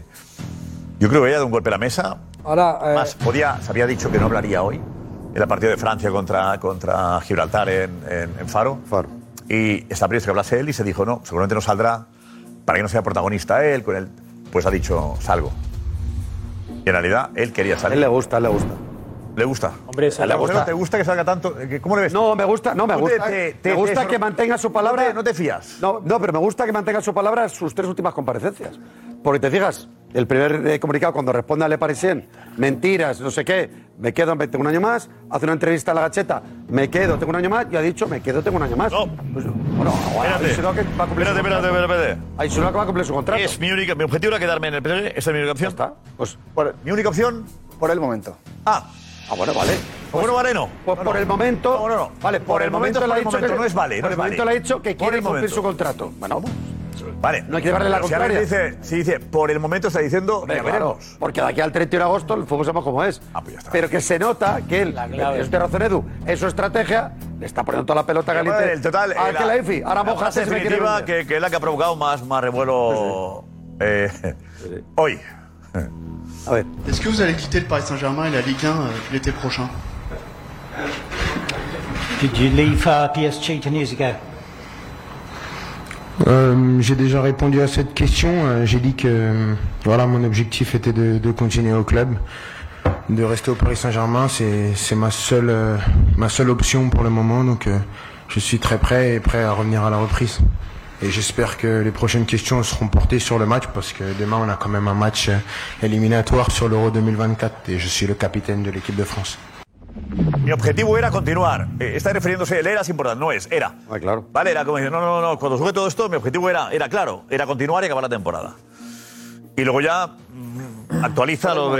Yo creo que ella ha dado un golpe a la mesa. Ahora, Más, se había dicho que no hablaría hoy en el partido de Francia contra Gibraltar en Faro. Y está previsto que hablase él y se dijo, no, seguramente no saldrá para que no sea protagonista él. Con él pues ha dicho, salgo. Y en realidad él quería salir. Él le gusta. ¿Le gusta? Hombre, ¿Te gusta que salga tanto? ¿Cómo le ves? No, me gusta. Me gusta que mantenga su palabra. ¿No te fías? No, pero me gusta que mantenga su palabra en sus 3 últimas comparecencias. Porque te fijas, el primer comunicado cuando responde a Le Parisien, mentiras, no sé qué, me quedo, tengo un año más, hace una entrevista a La Gacheta, me quedo, tengo un año más, y ha dicho, me quedo, tengo un año más. No. Pues, bueno, espérate. Ha insinuado que va a cumplir su contrato. Es mi objetivo era quedarme en el PSG, esa es mi única opción. Ya está. Pues, mi única opción. Por el momento. Bueno, vale. No. Pues por el momento. No. Vale, por el momento le ha dicho que no es vale. Por el momento le ha dicho que quiere cumplir su contrato. Bueno, vale. No hay que llevarle la contraria. Si dice, por el momento está diciendo, ya veremos. Porque de aquí al 31 de agosto el fútbol sabemos cómo es. Pues ya está. Pero que se nota que él, este razón Edu, es su estrategia, le está poniendo toda la pelota caliente. El total, ahora moja se definitiva que es la que ha provocado más revuelo hoy. A ver. Est-ce que vous allez quitter le Paris Saint-Germain et la Ligue 1 l'été prochain? Did you leave PSG 10 years ago? J'ai déjà répondu à cette question. J'ai dit que voilà, mon objectif était de continuer au club, de rester au Paris Saint-Germain. C'est ma seule option pour le moment. Donc je suis très prêt et prêt à revenir à la reprise. Et j'espère que les prochaines questions seront portées sur le match parce que demain on a quand même un match éliminatoire sur l'Euro 2024 et je suis le capitaine de l'équipe de France. Mi objetivo era continuar. Está refiriéndose, el era es importante, no es, era. Claro. Vale, era como diciendo, no, cuando sube todo esto, mi objetivo era claro, era continuar y acabar la temporada. Y luego ya Actualiza a lo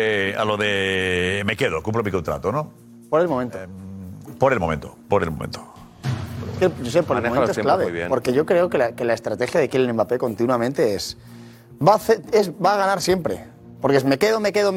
de me quedo, cumplo mi contrato, ¿no? Por el momento. Por el momento. Yo sé, por el Maneja momento los es tiempos clave. muy bien. Porque yo creo que la estrategia de Kylian Mbappé continuamente va a ganar siempre. Porque es me quedo.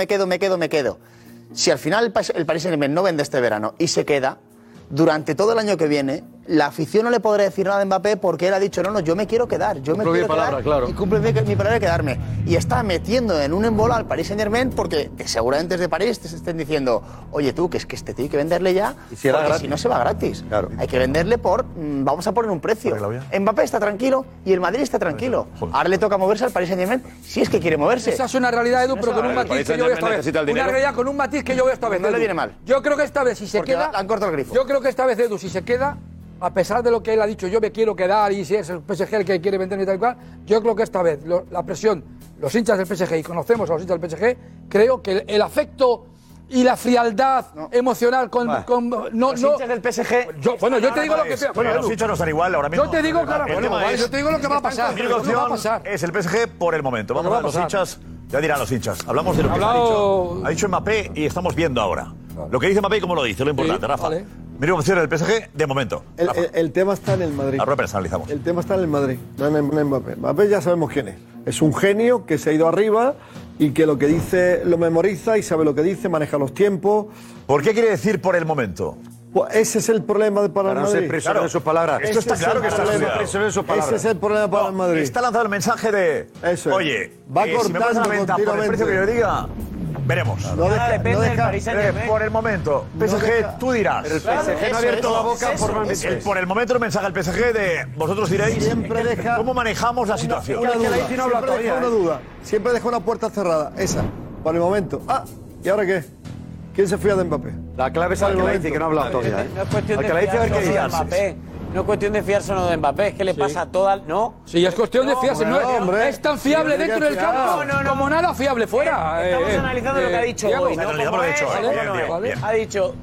Si al final el Paris Saint-Germain no vende este verano y se queda, durante todo el año que viene, la afición no le podrá decir nada a Mbappé porque él ha dicho, no, yo me quiero quedar, yo me Cumple quiero mi palabra, quedar claro. y cumple mi palabra de quedarme. Y está metiendo en un embolo al Paris Saint-Germain porque seguramente desde París te estén diciendo, oye tú, que es que este tío hay que venderle ya, Y si era porque gratis. si no se va gratis. Claro. Hay que venderle vamos a poner un precio. Mbappé está tranquilo y el Madrid está tranquilo. Ahora le toca moverse al Paris Saint-Germain si es que quiere moverse. Esa es una realidad, Edu, pero con un el matiz Paris que yo veo esta Saint-Germain vez. necesita el Una dinero. realidad con un matiz que yo veo esta vez. No le Edu. viene mal. Yo creo que esta vez, si se Porque queda. le han cortado el grifo. Yo creo que esta vez, Edu, si se queda, a pesar de lo que él ha dicho, yo me quiero quedar y si es el PSG el que quiere vender y tal y cual, yo creo que esta vez la presión, los hinchas del PSG, y conocemos a los hinchas del PSG, creo que el afecto y la frialdad emocional con los hinchas del PSG. Yo te digo lo que Bueno, los hinchas no están igual ahora mismo. Yo te digo, claro, El tema es- yo te digo lo que va a pasar. Mi única lo que va a opción pasar. es el PSG por el momento. Vamos va a a ver los pasar. hinchas. Ya dirán los hinchas. Hablamos de lo que ha Hablado- dicho. Ha dicho Mbappé y estamos viendo ahora. Lo que dice Mbappé y cómo lo dice, lo importante, Rafa. vale. Mi única opción es el PSG de momento. El tema está en el Madrid. Ahora personalizamos. El tema está en el Madrid, no en Mbappé. Mbappé ya sabemos quién es. Es un genio que se ha ido arriba y que lo que dice lo memoriza y sabe lo que dice, maneja los tiempos. ¿Por qué quiere decir por el momento? Pues ese es el problema para el Para no Madrid. ser prisionero de sus palabras. Esto está Ese es claro el que está problema. estudiado. Prisionero de sus palabras. Ese es el problema para No, el Madrid. Está lanzado el mensaje de. Eso es. Oye, Va si me pones a la cortando venta por el continuamente. precio que yo diga, veremos. No deja- depende no del deja- Paris Saint-Germain. Por el momento, PSG, tú dirás. Pero el PSG no ha abierto la boca formalmente. Por el momento el mensaje al PSG de vosotros diréis Siempre deja cómo manejamos la situación. Una duda. la ICI no ha hablado Siempre deja todavía, una duda. Siempre deja una puerta cerrada. Esa, por el momento. ¿Y ahora qué? ¿Quién se fía de Mbappé? La clave sale en la ICI, que no ha hablado todavía. No es cuestión Al de que la dice, a ver qué fiarse dice. de Mbappé. No es cuestión de fiarse o no de Mbappé, es que le pasa a todas. No. Sí, es cuestión de fiarse. No, hombre. es tan fiable Sí, dentro del fiar. campo como nada fiable fuera. Estamos analizando lo que ha dicho Diego, hoy, ¿no? analizamos Como lo dicho es, hoy. como Bien, no bien, es. bien. Ha dicho,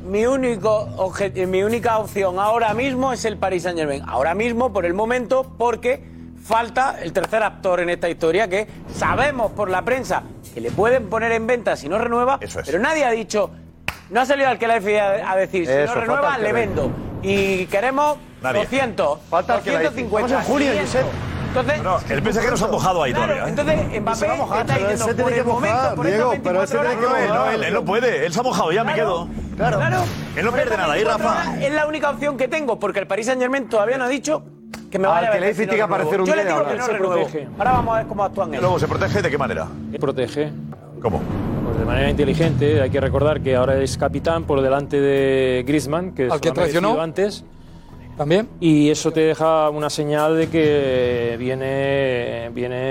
mi única opción ahora mismo es el Paris Saint-Germain. Ahora mismo, por el momento, porque falta el tercer actor en esta historia que sabemos por la prensa que le pueden poner en venta si no renueva, Eso es. pero nadie ha dicho, no ha salido al que la FIA a decir, si Eso, no renueva, falta el le que vendo. Y queremos Nadie. 200, Falta el que la dice. 250, Estamos en julio, 500. Josep. Entonces, No, el PSG nos ha mojado ahí claro, todavía. ¿eh? entonces Mbappé se va a mojar, está pero diciendo ese tiene por que el momento, mojar, por estas Diego, pero 24 ese tiene que horas, mojar. Él no puede, él se ha mojado, ya me quedo. Claro. Él no pierde nada, ¿y Rafa? Es la única opción que tengo, porque el Paris Saint-Germain todavía no ha dicho que me vaya a que le vender dice si no tiene que renuevo. aparecer un Yo le día digo ahora. que no Se renuevo. protege. Ahora vamos a ver cómo actúan Y ellos. luego se protege de qué manera. Protege. ¿Cómo? Pues de manera inteligente. Hay que recordar que ahora es capitán por delante de Griezmann, que Al que se lo ha merecido traicionó. antes. También. Y eso te deja una señal de que viene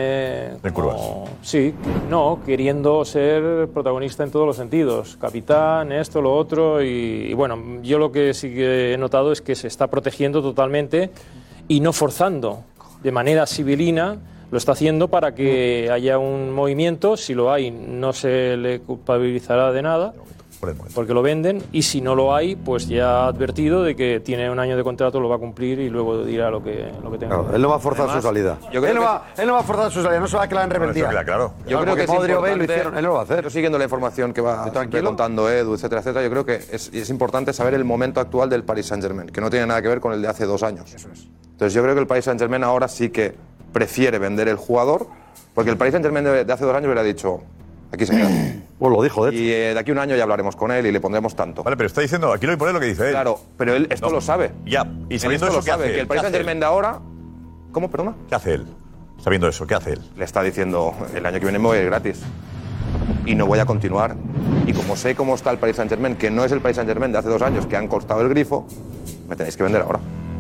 De curvas. sí, no, queriendo ser protagonista en todos los sentidos. Capitán, esto, lo otro. Y bueno, yo lo que sí que he notado es que se está protegiendo totalmente y no forzando de manera civilina. Lo está haciendo para que haya un movimiento. Si lo hay, no se le culpabilizará de nada, porque lo venden. Y si no lo hay, pues ya ha advertido de que tiene un año de contrato, lo va a cumplir y luego dirá lo que tenga. Claro, él no va a forzar Además, su salida. yo creo Él no que- va a forzar su salida, no se va a quedar en rebeldía. Eso queda claro. Yo creo que es Modric o Bale lo importante, hicieron, él no lo va a hacer. Yo siguiendo la información que va siempre contando Edu, etcétera, etcétera, yo creo que es importante saber el momento actual del Paris Saint-Germain, que no tiene nada que ver con el de hace 2 años. Entonces yo creo que el Paris Saint-Germain ahora sí que prefiere vender el jugador, porque el Paris Saint-Germain de hace 2 años hubiera dicho, aquí se queda. Pues lo dijo, de hecho. Y de aquí a un año ya hablaremos con él y le pondremos tanto. Vale, pero está diciendo, aquí lo pone lo que dice él. Claro, pero él esto lo sabe. Ya, y sabiendo Él eso, esto lo ¿qué sabe, hace? que el Paris ¿Qué hace Saint-Germain de ahora... ¿Cómo, perdona? ¿Qué hace él? Sabiendo eso, ¿qué hace él? Le está diciendo, el año que viene me voy a ir gratis. Y no voy a continuar. Y como sé cómo está el Paris Saint-Germain, que no es el Paris Saint-Germain de hace 2 años, que han cortado el grifo, me tenéis que vender ahora.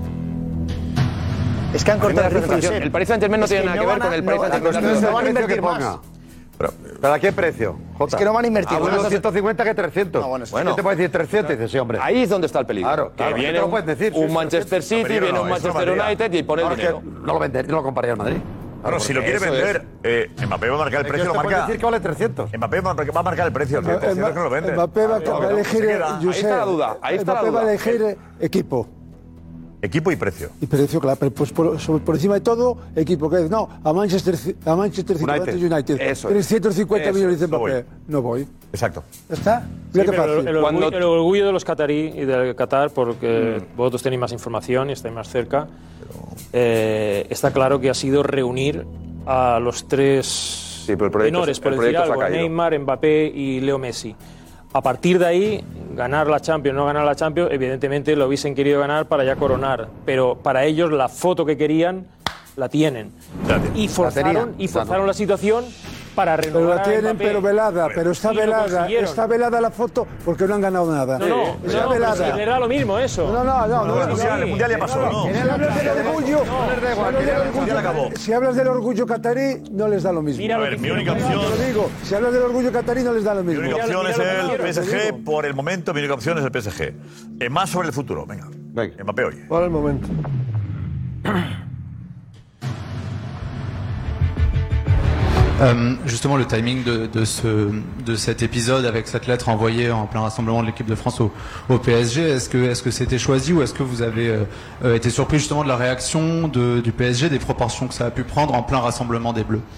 Es que han A mí me da cortado el grifo. sensación, el Paris Saint-Germain no Es tiene que nada no que ver van a- con el no- Paris la Saint-Germain. cuestión es que van a invertir que más. ponga. ¿Pero a qué precio, Jota? Es que no van a invertir más. más. 250 que 300. No, bueno, sí. ¿Qué te puede decir 300? Y dices, sí, hombre. Ahí es donde está el peligro. Claro, que claro, viene ¿qué te lo puedes decir? un Sí, Manchester City, peligro viene no, un eso no Manchester valdría. United y pone el Claro, es que dinero. no lo vendería, no lo compraría al Madrid. Claro, si lo quiere eso vender, Mbappé va a marcar el precio, lo te puedes marca. decir que vale 300. Mbappé va a marcar el precio, el 300 que no lo vende. Mbappé va a elegir, Se queda. Ahí está la duda, ahí está la Mbappé va a duda. elegir equipo. Equipo y precio. Y precio, claro, pero pues por encima de todo, equipo. Que no, a Manchester City, United. 350 millones de Mbappé. No voy. Exacto. ¿Ya está? Sí, Mira qué fácil. el orgullo de los catarí y de Qatar, porque vosotros tenéis más información y estáis más cerca, está claro que ha sido reunir a los tres menores, por decir algo, Neymar, Mbappé y Leo Messi. A partir de ahí, ganar la Champions, no ganar la Champions, evidentemente lo hubiesen querido ganar para ya coronar, pero para ellos la foto que querían la tienen. Y forzaron la situación para renovar. Pero la tienen, a Mbappé. pero velada, pero está velada. Está velada la foto porque no han ganado nada. Está velada. Le da lo mismo eso. El mundial ya pasó, ¿no? Si hablas del orgullo, si hablas del orgullo catarí, no les da lo mismo. A ver, mi única opción. Te lo digo, si hablas del orgullo catarí, no les da lo mismo. Mi única opción es el PSG. Por el momento, mi única opción es el PSG. Más sobre el futuro. Venga. Mbappé hoy. Por el momento. Justement, le timing de cet épisode avec cette lettre envoyée en plein rassemblement de l'équipe de France au PSG, est-ce que c'était choisi ou est-ce que vous avez été surpris justement de la réaction du PSG, des proportions que ça a pu prendre en plein rassemblement des Bleus?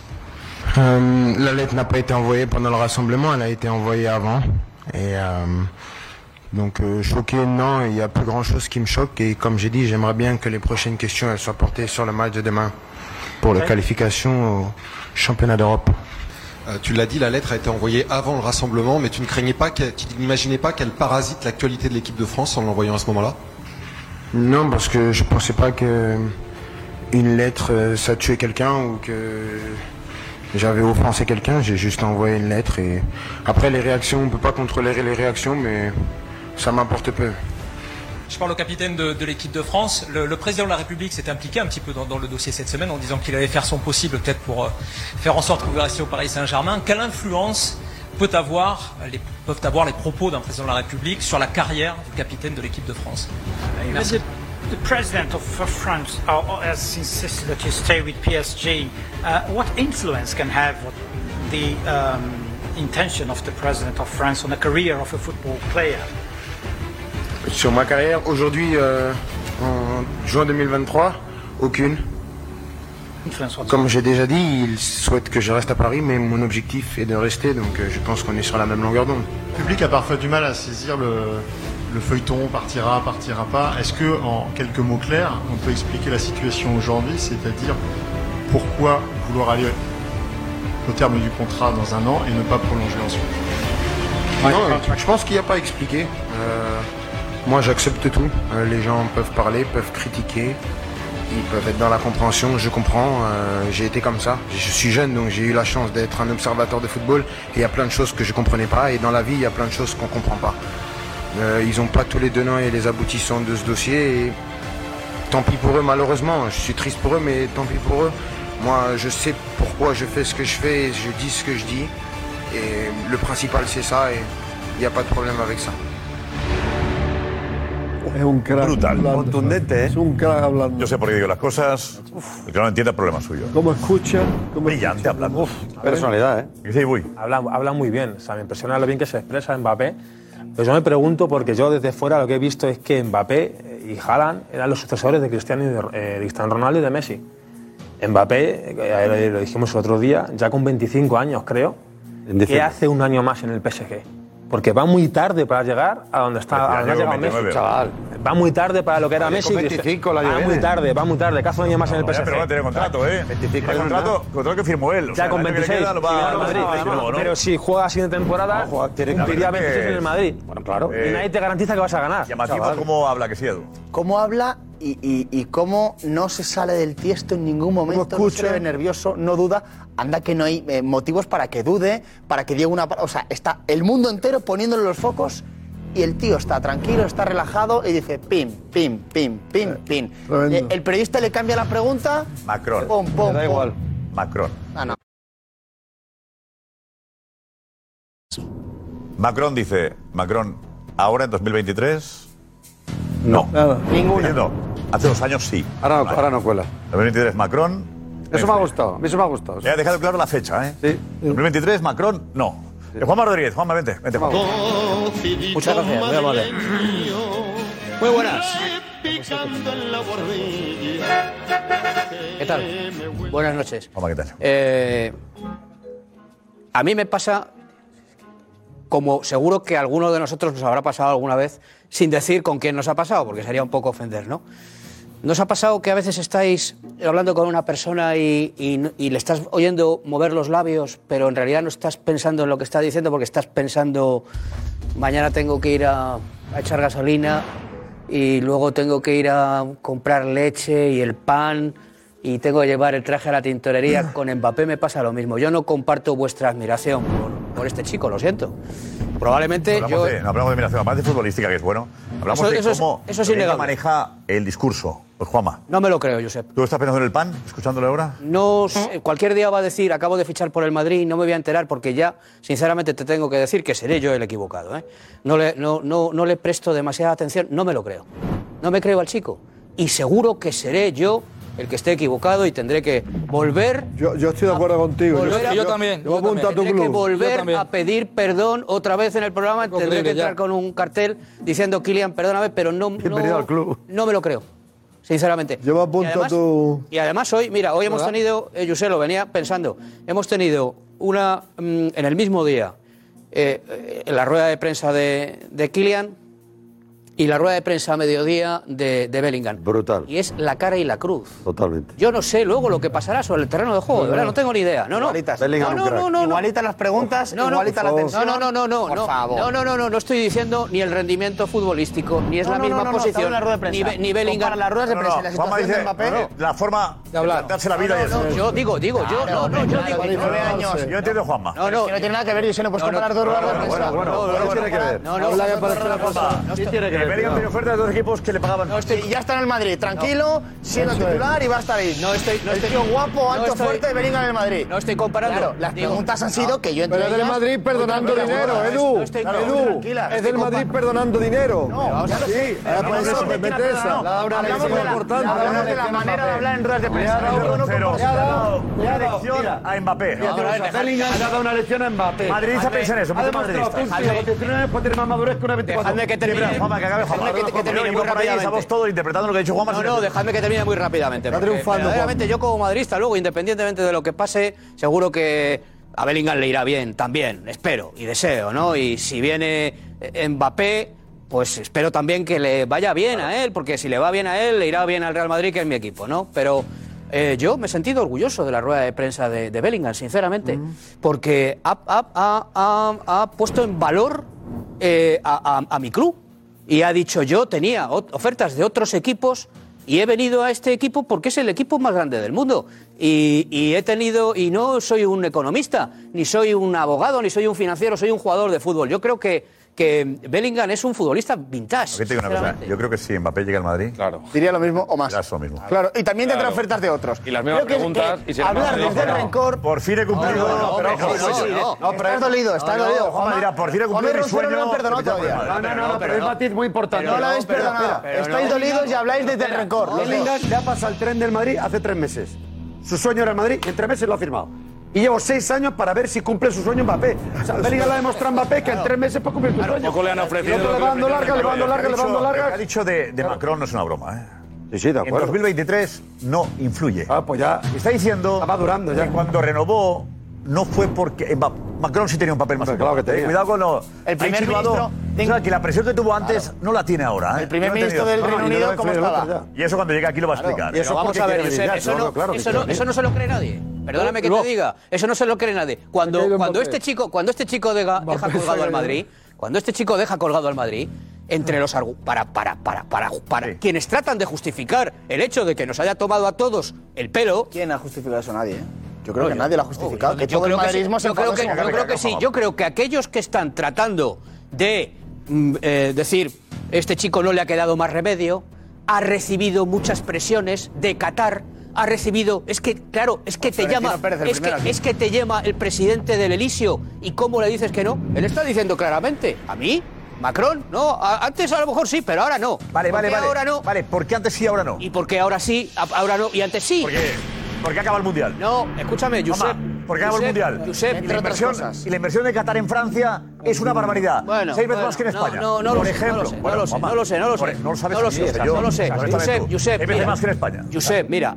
La lettre n'a pas été envoyée pendant le rassemblement, elle a été envoyée avant. Et donc choqué, non, il n'y a plus grand chose qui me choque. Et comme j'ai dit, j'aimerais bien que les prochaines questions elles soient portées sur le match de demain pour la qualification au championnat d'Europe. Tu l'as dit, la lettre a été envoyée avant le rassemblement, mais tu n'imaginais pas qu'elle parasite l'actualité de l'équipe de France en l'envoyant à ce moment-là? Non, parce que je pensais pas que une lettre ça tuait quelqu'un ou que j'avais offensé quelqu'un. J'ai juste envoyé une lettre et après les réactions, on peut pas contrôler les réactions, mais ça m'importe peu. Je parle au capitaine de l'équipe de France. Le président de la République s'est impliqué un petit peu dans le dossier cette semaine en disant qu'il allait faire son possible peut-être pour faire en sorte que vous restiez au Paris Saint-Germain. Quelle influence peuvent avoir les propos d'un président de la République sur la carrière du capitaine de l'équipe de France? Merci. The president of France has insisted that you stay with PSG. What influence can have the intention of the president of France on the career of a football player? Sur ma carrière, aujourd'hui, en juin 2023, aucune. Comme j'ai déjà dit, il souhaite que je reste à Paris, mais mon objectif est de rester, donc je pense qu'on est sur la même longueur d'onde. Le public a parfois du mal à saisir le feuilleton, partira pas. Est-ce que, en quelques mots clairs, on peut expliquer la situation aujourd'hui, c'est-à-dire pourquoi vouloir aller au terme du contrat dans un an et ne pas prolonger ensuite? Non, je pense qu'il n'y a pas à expliquer. Moi, j'accepte tout. Les gens peuvent parler, peuvent critiquer, ils peuvent être dans la compréhension. Je comprends. J'ai été comme ça. Je suis jeune, donc j'ai eu la chance d'être un observateur de football. Et il y a plein de choses que je comprenais pas. Et dans la vie, il y a plein de choses qu'on comprend pas. Ils n'ont pas tous les tenants et les aboutissants de ce dossier. Et tant pis pour eux, malheureusement. Je suis triste pour eux, mais tant pis pour eux. Moi, je sais pourquoi je fais ce que je fais. Et je dis ce que je dis. Et le principal, c'est ça. Et il n'y a pas de problème avec ça. Es un crack. Brutal. Contundente, ¿eh? Es un crack hablando. Yo sé por qué digo las cosas. El que no lo entienda es problema suyo. ¿Cómo escucha? Brillante hablando. Personalidad, ¿eh? ¿Qué dice Buy? Habla muy bien. O sea, me impresiona lo bien que se expresa Mbappé. Pero yo me pregunto, porque yo desde fuera lo que he visto es que Mbappé y Haaland eran los sucesores de Cristiano Ronaldo y de Messi. Mbappé, lo dijimos el otro día, ya con 25 años creo, ¿qué hace un año más en el PSG? Porque va muy tarde para llegar a donde está a donde ha llegado Messi, chaval. Va muy tarde para lo que era Messi. Con 25 la va muy tarde, ¿Qué hace un año más en el PSG? Pero va a tener contrato, ¿eh? 25 el contrato que firmó él. O ya sea, con 26. No, pero si juega la siguiente temporada, cumpliría 26 en el Madrid. Bueno, claro. Y nadie te garantiza que vas a ganar. Llamativo cómo habla, que sí, Edu. Cómo habla y cómo no se sale del tiesto en ningún momento, no se ve nervioso, no duda. Anda que no hay motivos para que dude, para que diga una... O sea, está el mundo entero poniéndole los focos y el tío está tranquilo, está relajado y dice pim, pim, pim, pim, pim. El periodista le cambia la pregunta... Macron. Pum, pum, Me da igual. Macron. No. Macron dice, ahora en 2023... No. Nada. Ninguno. Hace 2 años sí. Ahora no cuela. 2023 Macron... Eso me ha gustado. A mí eso me ha gustado. Le ha dejado claro la fecha, ¿eh? Sí. 2023 Macron, no. Juanma Rodríguez, Juanma, vente, Juanma. Muchas gracias, muy amable. Muy buenas. ¿Qué tal? Buenas noches. Hola, ¿qué tal? A mí me pasa, como seguro que a alguno de nosotros nos habrá pasado alguna vez, sin decir con quién nos ha pasado, porque sería un poco ofender, ¿no? ¿Nos ha pasado que a veces estáis hablando con una persona y le estás oyendo mover los labios, pero en realidad no estás pensando en lo que está diciendo porque estás pensando, mañana tengo que ir a echar gasolina y luego tengo que ir a comprar leche y el pan y tengo que llevar el traje a la tintorería? Con Mbappé me pasa lo mismo. Yo no comparto vuestra admiración por este chico, lo siento. Probablemente no yo... no hablamos de admiración, además de futbolística, que es bueno. Hablamos de cómo eso es innegable. Maneja el discurso. Pues Juanma. No me lo creo, Josep. ¿Tú estás pensando en el pan, escuchándole ahora? No, cualquier día va a decir, acabo de fichar por el Madrid y no me voy a enterar porque ya, sinceramente, te tengo que decir que seré yo el equivocado, ¿eh? No le presto demasiada atención, no me lo creo. No me creo al chico. Y seguro que seré yo el que esté equivocado y tendré que volver... Yo estoy de acuerdo contigo. Yo también. Yo apunto a tu tendré club. que volver a pedir perdón otra vez en el programa. Tendré que entrar con un cartel diciendo, Kylian, perdóname, pero Bienvenido al club. No me lo creo. Sinceramente. Yo me apunto a tu... Y además hoy, mira, hoy hemos tenido, José, lo venía pensando, hemos tenido en el mismo día la rueda de prensa de Kylian y la rueda de prensa a mediodía de Bellingham. Brutal. Y es la cara y la cruz. Totalmente. Yo no sé luego lo que pasará sobre el terreno de juego, de verdad, no tengo ni idea. Igualitas. Igualitas las preguntas, igualita la tensión. Por favor. No estoy diciendo ni el rendimiento futbolístico, ni es la misma posición, ni Bellingham. Para las ruedas de prensa, la situación de Mbappé. La forma de plantearse la vida y eso. Yo digo, 19 años. Yo entiendo, Juanma. No tiene nada que ver, yo no puedes comparar dos ruedas de prensa. Bueno, tiene que ver. ¿Qué tiene que ver? Bellingham tiene ofertas de dos equipos que le pagaban. Y ya está en el Madrid, tranquilo, siendo titular y va a estar ahí. El tío guapo, alto, fuerte, Bellingham en el Madrid. No estoy comparando. Claro, las preguntas han sido que yo entre Pero es del Madrid perdonando dinero, Edu. Es del Madrid perdonando dinero. Sí, por eso me metes esa. Hablamos de la manera de hablar en ruedas de prensa. Una lección a Mbappé. Bellingham ha dado una lección a Mbappé. Madridista piensa en eso, muy madridista. Puede tener más madurez que una 24. Dejadme que termine. Juanma, que acabe Juanma. Que termine muy rápidamente. Estamos todos interpretando lo que ha dicho Juanma. No, dejadme que termine muy rápidamente. Está triunfando. Verdaderamente, yo como madridista, luego, independientemente de lo que pase, seguro que a Bellingham le irá bien también, espero y deseo, ¿no? Y si viene Mbappé, pues espero también que le vaya bien a él, porque si le va bien a él, le irá bien al Real Madrid, que es mi equipo, ¿no? Pero yo me he sentido orgulloso de la rueda de prensa de Bellingham, sinceramente, porque ha puesto en valor a mi club y ha dicho, yo tenía ofertas de otros equipos y he venido a este equipo porque es el equipo más grande del mundo y he tenido, y no soy un economista, ni soy un abogado, ni soy un financiero, soy un jugador de fútbol. Yo creo que Bellingham es un futbolista vintage. Te digo una cosa, yo creo que si Mbappé llega al Madrid, diría lo mismo o más. Ya es lo mismo. Claro, y también tendrá ofertas de otros. Y las mismas preguntas. Y hablar desde el rencor. Por fin he cumplido. Estás dolido, estás dolido. Juanma dirá, por fin he cumplido mi sueño. No lo han perdonado todavía. No, pero es un matiz muy importante. No lo habéis perdonado. Estáis dolidos y habláis desde el rencor. Bellingham le ha pasado el tren del Madrid hace 3 meses. Su sueño era el Madrid y en 3 meses lo ha firmado. Y llevo 6 años para ver si cumple su sueño Mbappé. O sea, Bellingham le ha demostrado a Mbappé que en 3 meses puede cumplir su sueño. Poco le han ofrecido. Le va dando larga. Lo que ha dicho de Macron no es una broma, ¿eh? Sí, de acuerdo. En 2023 no influye. Pues ya. Está diciendo está madurando ya. Que cuando renovó no fue porque Macron sí tenía un papel más claro que tenía. Cuidado con lo... El primer ministro... O sea, que la presión que tuvo antes no la tiene ahora. El primer ministro del Reino Unido, ¿cómo estaba? Y eso cuando llegue aquí lo va a explicar. Y eso vamos a ver, eso no se lo cree nadie. Perdóname que te diga, eso no se lo cree nadie. Cuando este chico deja colgado al Madrid, entre los para quienes tratan de justificar el hecho de que nos haya tomado a todos el pelo. ¿Quién ha justificado eso? Nadie, ¿eh? Yo creo que nadie lo ha justificado. Que todo el madridismo se Yo creo que sí. Yo creo que aquellos que están tratando de decir, este chico no le ha quedado más remedio, ha recibido muchas presiones de Qatar, ha recibido, es que te llama el presidente del Elíseo y cómo le dices que no. Él está diciendo claramente, a mí, Macron, no, antes a lo mejor sí, pero ahora no. Vale. Ahora no. Vale, ¿por qué antes sí, ahora no? Y porque ahora sí, ahora no y antes sí. ¿Por qué acaba el Mundial? No, escúchame, Josep. porque ganamos el Mundial. Y la inversión de Qatar en Francia es una barbaridad. 6 veces más que en España. Por ejemplo. No lo sé. No lo sé. Josep, 6 veces más que en España. Josep, mira.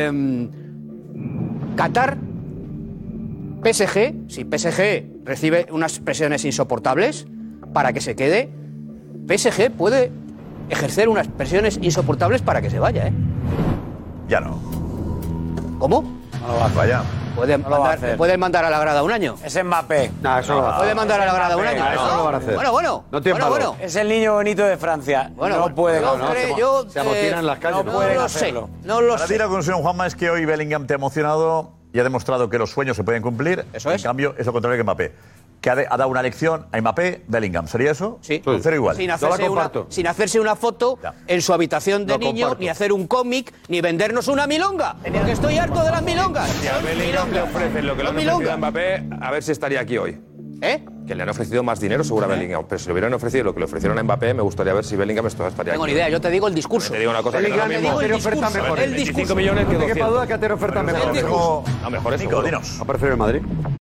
Qatar, PSG, si PSG recibe unas presiones insoportables para que se quede, PSG puede ejercer unas presiones insoportables para que se vaya, ¿eh? Ya no. ¿Cómo? No lo va a hacer. Vaya. Pueden mandar a la grada un año. Es Mbappé. No, eso no lo va a hacer. Puede mandar a la grada un año. Eso no lo van a hacer. Bueno. No tiene valor. Es el niño bonito de Francia. No puede. Se amotinan en las calles. No lo sé. Para ti la conclusión, Juanma, es que hoy Bellingham te ha emocionado y ha demostrado que los sueños se pueden cumplir. Eso es. En cambio, es lo contrario que Mbappé. Que ha dado una lección a Mbappé, Bellingham. ¿Sería eso? Sí. Cero igual. Sin hacerse una foto en su habitación de niño, ni hacer un cómic, ni vendernos una milonga. Porque estoy harto de las milongas. Si a Bellingham le ofrecen lo que le han ofrecido a Mbappé, a ver si estaría aquí hoy. Que le han ofrecido más dinero seguro a Bellingham. Pero si le hubieran ofrecido lo que le ofrecieron a Mbappé, me gustaría ver si Bellingham estaría aquí. No tengo ni idea, yo te digo el discurso. Te digo una cosa, que no es lo mismo. oferta mejor. El discurso. 25 millones que 200. ¿Qué duda que te oferta mejor? A mejor es Nico, dinos. ¿A preferir el Madrid?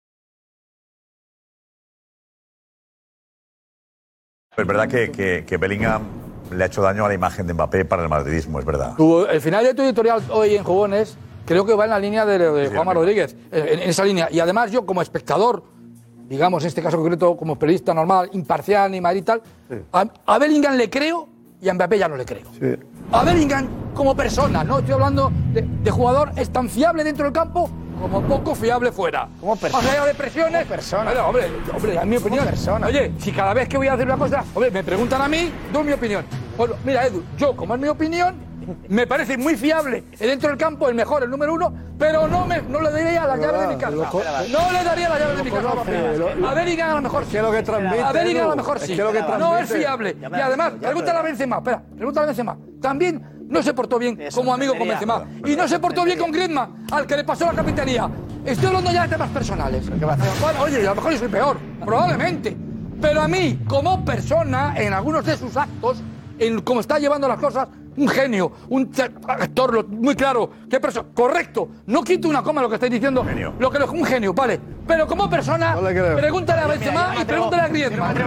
Es verdad que Bellingham le ha hecho daño a la imagen de Mbappé para el madridismo, es verdad. El final de tu editorial hoy en Jugones creo que va en la línea de Juanma Rodríguez, en esa línea. Y además yo como espectador, digamos en este caso concreto como periodista normal, imparcial ni Madrid y tal, a Bellingham le creo y a Mbappé ya no le creo. Sí. A Bellingham como persona, no estoy hablando de jugador, es tan fiable dentro del campo como poco fiable fuera. Como persona. Más allá de presiones. Como persona. Hombre, en mi opinión. Como persona. Oye, si cada vez que voy a hacer una cosa, me preguntan a mí, doy mi opinión. Bueno, mira, Edu, yo, como es mi opinión, me parece muy fiable dentro del campo, el mejor, el número 1, pero no le daría la llave de mi casa. No le daría la llave de mi casa. A Bellingham a lo mejor sí. A Bellingham a lo mejor sí. No es fiable. Y además, pregúntale a Benzema. Pregúntale a Benzema. También no se portó bien como amigo con Benzema. Y no se portó bien con Griezmann, al que le pasó la capitanía. Estoy hablando ya de temas personales. Bueno, oye, a lo mejor yo soy peor, probablemente. Pero a mí, como persona, en algunos de sus actos, en cómo está llevando las cosas, un genio, un actor muy claro, qué persona, correcto, no quito una coma lo que estáis diciendo, un genio, vale, pero como persona, pregúntale a Benzema y pregúntale a Griezmann.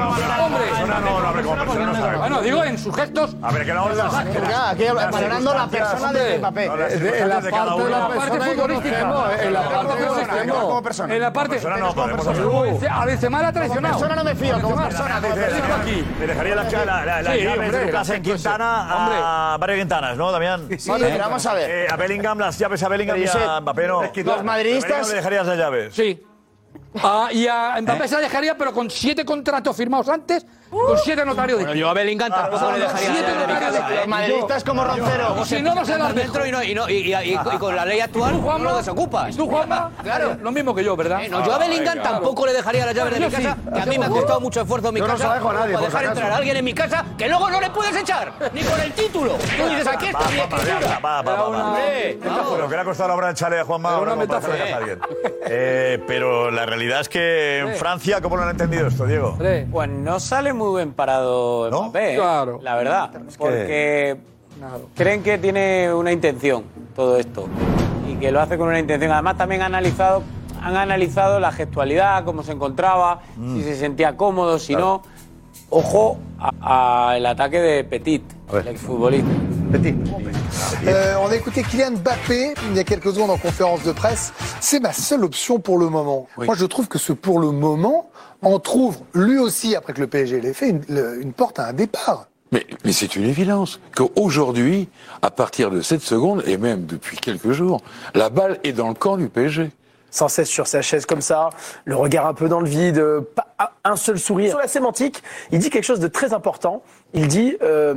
Hombre, bueno, digo en sus gestos. A ver, que no aquí valorando la persona de Mbappé. En la parte futbolística. En la parte. A Benzema la ha traicionado. Persona no me fío, como persona. Le dejaría la llaves de tu casa en Quintana a varias Quintanas, ¿no, Damián? Sí, pero vamos a ver. A Bellingham, las llaves a Bellingham y a Mbappé no. Los madridistas. ¿Le dejarías las llaves? Sí. Y a Mbappé se la dejaría, pero con 7 contratos firmados antes, con 7 notarios. Bueno, yo a Bellingham tampoco le dejaría 7 notarios de Los madridistas como Roncero. Si no se las dentro y con la ley actual no lo desocupas. ¿Tú, Juanma? Claro. Lo mismo que yo, ¿verdad? No, yo a Bellingham tampoco le dejaría las llaves de mi casa, que a mí me ha costado mucho esfuerzo en mi casa. No se la dejo a nadie, para dejar entrar a alguien en mi casa que luego no le puedes echar, ni con el título. Tú dices, aquí está mi escritura. Lo que le ha costado la obra en Chale a Juanma ahora no puede dejar a alguien. Pero la realidad es que en Francia, ¿cómo lo han entendido esto, Diego? Pues no sale muy bien parado Mbappé, Claro. la verdad. Porque creen que tiene una intención todo esto. Y que lo hace con una intención. Además, también han analizado la gestualidad, cómo se encontraba, si se sentía cómodo, si no. Ojo al ataque de Petit, el exfutbolista. Petit. On a écouté Kylian Mbappé il y a quelques secondes en conférence de presse. C'est ma seule option pour le moment. Oui. Moi, je trouve que ce pour le moment entrouvre lui aussi, après que le PSG l'ait fait, une porte à un départ. Mais c'est une évidence qu'aujourd'hui, à partir de cette seconde, et même depuis quelques jours, la balle est dans le camp du PSG. Sans cesse sur sa chaise comme ça, le regard un peu dans le vide, pas un seul sourire. Sur la sémantique, il dit quelque chose de très important. Il dit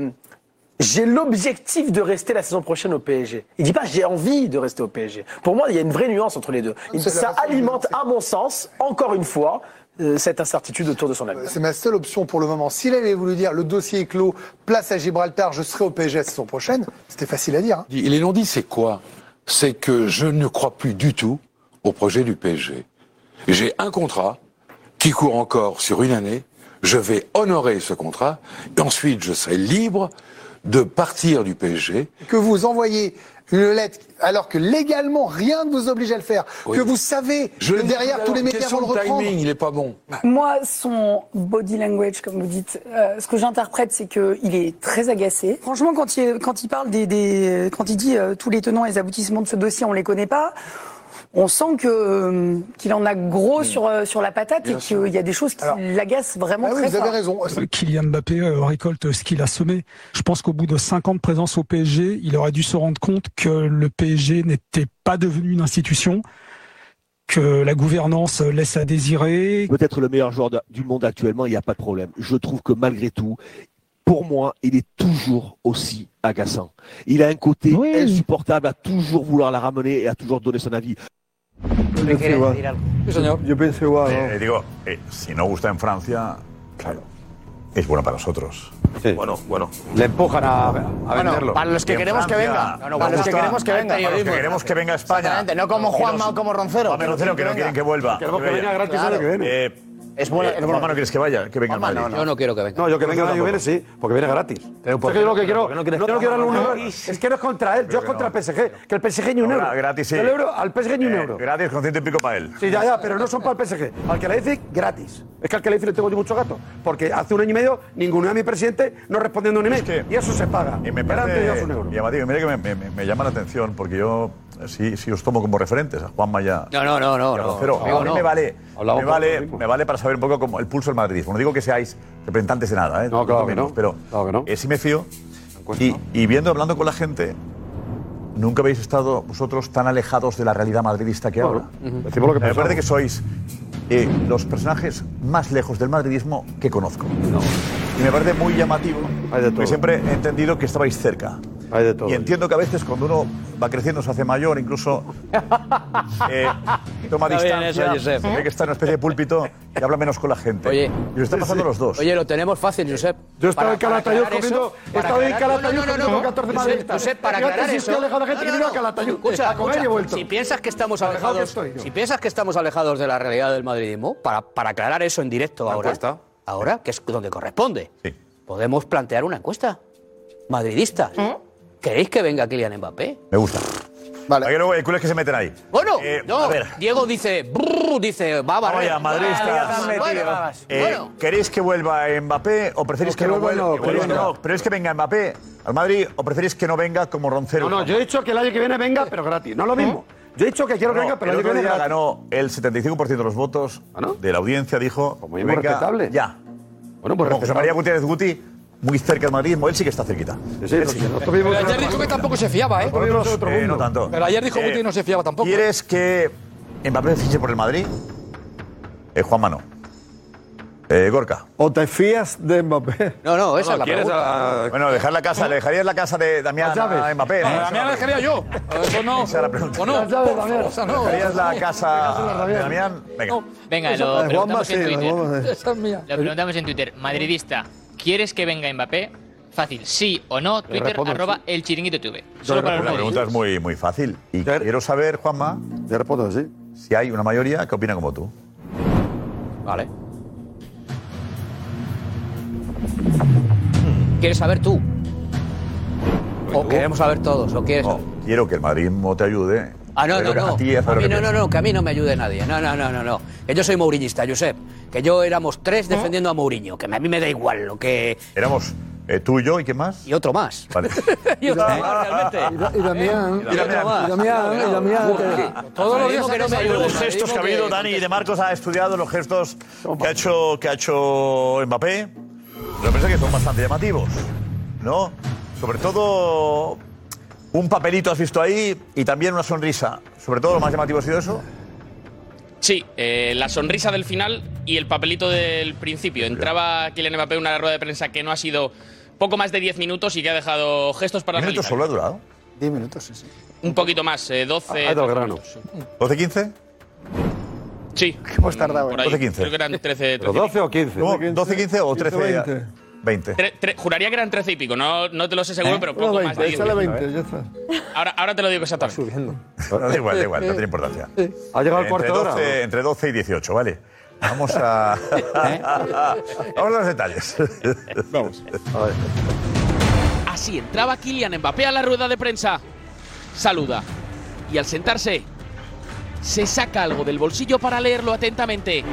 j'ai l'objectif de rester la saison prochaine au PSG. Il dit pas j'ai envie de rester au PSG. Pour moi, il y a une vraie nuance entre les deux. Ça alimente, à mon sens, encore une fois, cette incertitude autour de son avenir. C'est ma seule option pour le moment. S'il avait voulu dire le dossier est clos, place à Gibraltar, je serai au PSG la saison prochaine, c'était facile à dire. Hein. Les non-dits, c'est quoi? C'est que je ne crois plus du tout au projet du PSG. J'ai un contrat qui court encore sur une année. Je vais honorer ce contrat et ensuite je serai libre de partir du PSG. Que vous envoyez une lettre, alors que légalement, rien ne vous oblige à le faire, que vous savez que derrière, tous les médias vont le reprendre. Il est pas bon. Moi, son body language, comme vous dites, ce que j'interprète, c'est qu'il est très agacé. Franchement, quand il parle quand il dit tous les tenants et les aboutissements de ce dossier, on les connaît pas. On sent qu'il en a gros sur la patate et qu'il y a des choses qui l'agacent vraiment très fort. Vous avez raison. Kylian Mbappé récolte ce qu'il a semé. Je pense qu'au bout de 5 ans de présence au PSG, il aurait dû se rendre compte que le PSG n'était pas devenu une institution, que la gouvernance laisse à désirer. Peut-être le meilleur joueur du monde actuellement, il n'y a pas de problème. Je trouve que malgré tout, pour moi, il est toujours aussi agaçant. Il a un côté insupportable à toujours vouloir la ramener et à toujours donner son avis. Yo pienso igual. Digo, si no gusta en Francia, claro, es bueno para nosotros. Sí. Bueno. Le empujan a venderlo. Para los que queremos que venga. Para los que queremos que venga. Para los que queremos que venga a España. Exactamente, no como Juanma o como Roncero. Juanma Roncero, que no quieren que vuelva. Queremos que venga gratis el año que viene. Es bueno. Juanma, ¿no quieres que vaya? Que venga al Madrid. Yo no quiero que venga. No, yo que venga el año que viene sí, porque viene gratis. Pero es que yo lo que quiero, no quiero darle un euro. Es que no es contra él, yo es contra el PSG. Que el PSG ni un euro. Gratis, sí. El euro, al PSG ni un euro. Gratis con 100 y pico para él. Sí, ya, pero no son para el PSG. Al que le dice, gratis. Es que al que le dice le tengo yo mucho gato. Porque hace 1 año y medio, ninguno de mi presidente no respondiendo un email. Y eso se paga. Y me Garante ya es un euro. Y además, mira que me llama la atención, porque yo sí os tomo como referentes, a Juanma ya. No. Pero a mí me vale para saber un poco como el pulso del madridismo. No digo que seáis representantes de nada, No, claro que no. Pero sí me fío. Y hablando con la gente, nunca habéis estado vosotros tan alejados de la realidad madridista que ahora. Decimos lo que me parece que sois los personajes más lejos del madridismo que conozco. Y me parece muy llamativo, porque siempre he entendido que estabais cerca. Hay de todo. Y entiendo que a veces cuando uno va creciendo se hace mayor, incluso toma distancia, ve que está en una especie de púlpito y habla menos con la gente. Oye, y os está pasando los dos. Oye, lo tenemos fácil, Josep. Yo estaba en Calatayud comiendo. Estaba en Calatayud comiendo 14 madridistas. Josep, para aclarar eso. Escucha, si piensas que estamos alejados de la realidad del madridismo, para aclarar eso en directo ahora, que es donde corresponde, podemos plantear una encuesta madridista. ¿Queréis que venga Kylian Mbappé? Me gusta. Vale. Aquí luego hay culés que se meten ahí. Bueno, a ver. Diego dice, va a barrer. Vaya, madridistas. ¿Queréis que vuelva Mbappé o preferís que no vuelva? No, ¿preferís que venga Mbappé al Madrid o preferís que no venga como Roncero? No, yo he dicho que el año que viene venga, pero gratis. No es lo mismo. Yo he dicho que quiero que venga, pero el año que viene gratis. Ganó el 75% de los votos de la audiencia, dijo. Muy respetable. Ya. Bueno, pues José María Gutiérrez Guti, muy cerca del madridismo, él sí que está cerquita. Pero ayer dijo que tampoco se fiaba, no tanto. Pero ayer dijo Guti no se fiaba tampoco. ¿Quieres que Mbappé fiche por el Madrid? Juanma no. Gorka. ¿O te fías de Mbappé? No, esa es la pregunta. Bueno, ¿le dejarías la casa de Damián a Mbappé? Damián la dejaría yo. Eso no. Esa es la pregunta. ¿O no? ¿Dejarías la casa de Damián? Venga, lo preguntamos en Twitter. Esa es mía. Lo preguntamos en Twitter. Madridista, ¿quieres que venga Mbappé? Fácil, sí o no, Twitter, @elchiringuitotv. La pregunta es muy, muy fácil. Y quiero saber, Juanma, si hay una mayoría que opina como tú. Vale. ¿Quieres saber tú? ¿O queremos saber todos? ¿O quieres? Quiero que el madridismo te ayude. Que a mí no me ayude nadie. No. Que yo soy mourinhista, Josep. Que yo éramos 3 defendiendo a Mourinho. Que a mí me da igual lo que... Éramos tú y yo, ¿y qué más? Y otro más. Vale. Y otro más, realmente. Y Damián. Todos los días que no me ayude. Los gestos que ha habido, Dani de Marcos ha estudiado los gestos que ha hecho Mbappé. Me parece que son bastante llamativos, ¿no? Sobre todo un papelito has visto ahí y también una sonrisa. Sobre todo lo más llamativo ha sido eso. Sí, la sonrisa del final y el papelito del principio. Entraba Kylian Mbappé en una rueda de prensa que no ha sido poco más de 10 minutos y que ha dejado gestos para... ¿10 minutos solo ha durado? 10 minutos, sí. Un poquito más, 12... ¿12-15? Sí. Hemos tardado. 12-15. Creo que eran 13... ¿Pero 12 o 15? ¿No? ¿12-15 o 13? 20. Juraría que eran 13 y pico, no te lo sé seguro, pero poco más de 10. 20, ya está. Ahora te lo digo exactamente. Subiendo. Da igual, no tiene importancia. Ha llegado el cuarto de hora. Entre 12 y 18, ¿vale? Vamos a... Vamos a los detalles. Vamos. A ver. Así entraba Kylian Mbappé a la rueda de prensa. Saluda. Y al sentarse, se saca algo del bolsillo para leerlo atentamente.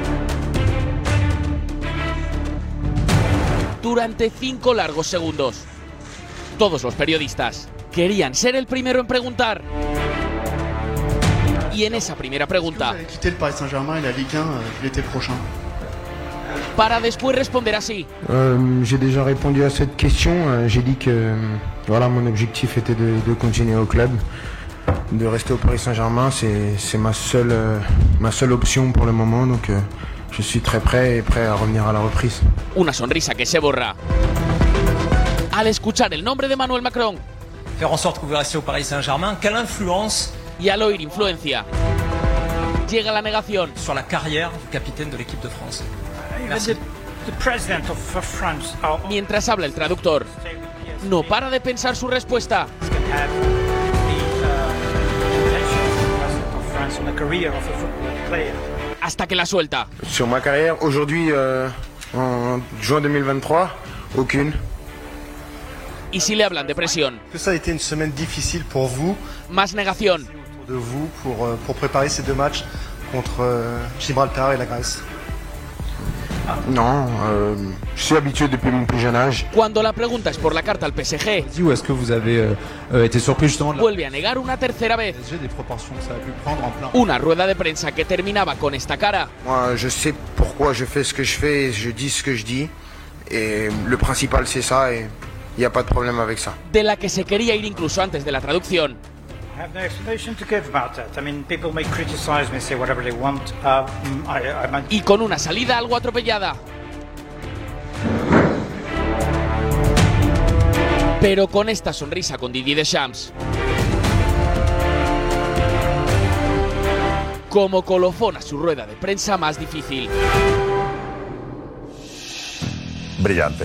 Durante 5 largos segundos. Todos los periodistas querían ser el primero en preguntar. Y en esa primera pregunta, Quitter le Paris Saint-Germain et la Ligue 1 l'été prochain. para después responder así. J'ai déjà répondu à cette question. J'ai dit que voilà, mon objectif était de continuer au club, de rester au Paris Saint-Germain. C'est ma seule option pour le moment. Donc je suis très prêt à revenir à la reprise. Una sonrisa que se borra al escuchar el nombre de Emmanuel Macron. Faire en sorte que vous restiez au Paris Saint-Germain, quelle influence Y al oír influencia, llega la negación. Sur la carrière du capitaine de l'équipe de France. Merci. The president of France. Mientras habla el traductor, no para de pensar su respuesta. Hasta que la suelta. Sur ma carrière, aujourd'hui, en juin 2023, aucune. Y si le hablan de presión, Que ça a été une semaine difficile pour vous, más negación. de vous, pour préparer ces 2 matchs contre Gibraltar et la Grèce. Non, je suis habitué depuis mon plus jeune âge. Cuando la pregunta es por la carta al PSG, Ou est-ce que vous avez été surpris justement de la vuelve a negar una tercera vez. des proportions que ça a pu prendre en plein. Una rueda de prensa que terminaba con esta cara. Moi, je sais pourquoi je fais ce que je fais, je dis ce que je dis. Et le principal, c'est ça, et il n'y a pas de problème avec ça. De la que se quería ir incluso antes de la traducción. I have no explanation to give about that. I mean, people may criticize me, say whatever they want. Y con una salida algo atropellada. Pero con esta sonrisa con Didier Deschamps. Como colofón a su rueda de prensa más difícil. Brillante.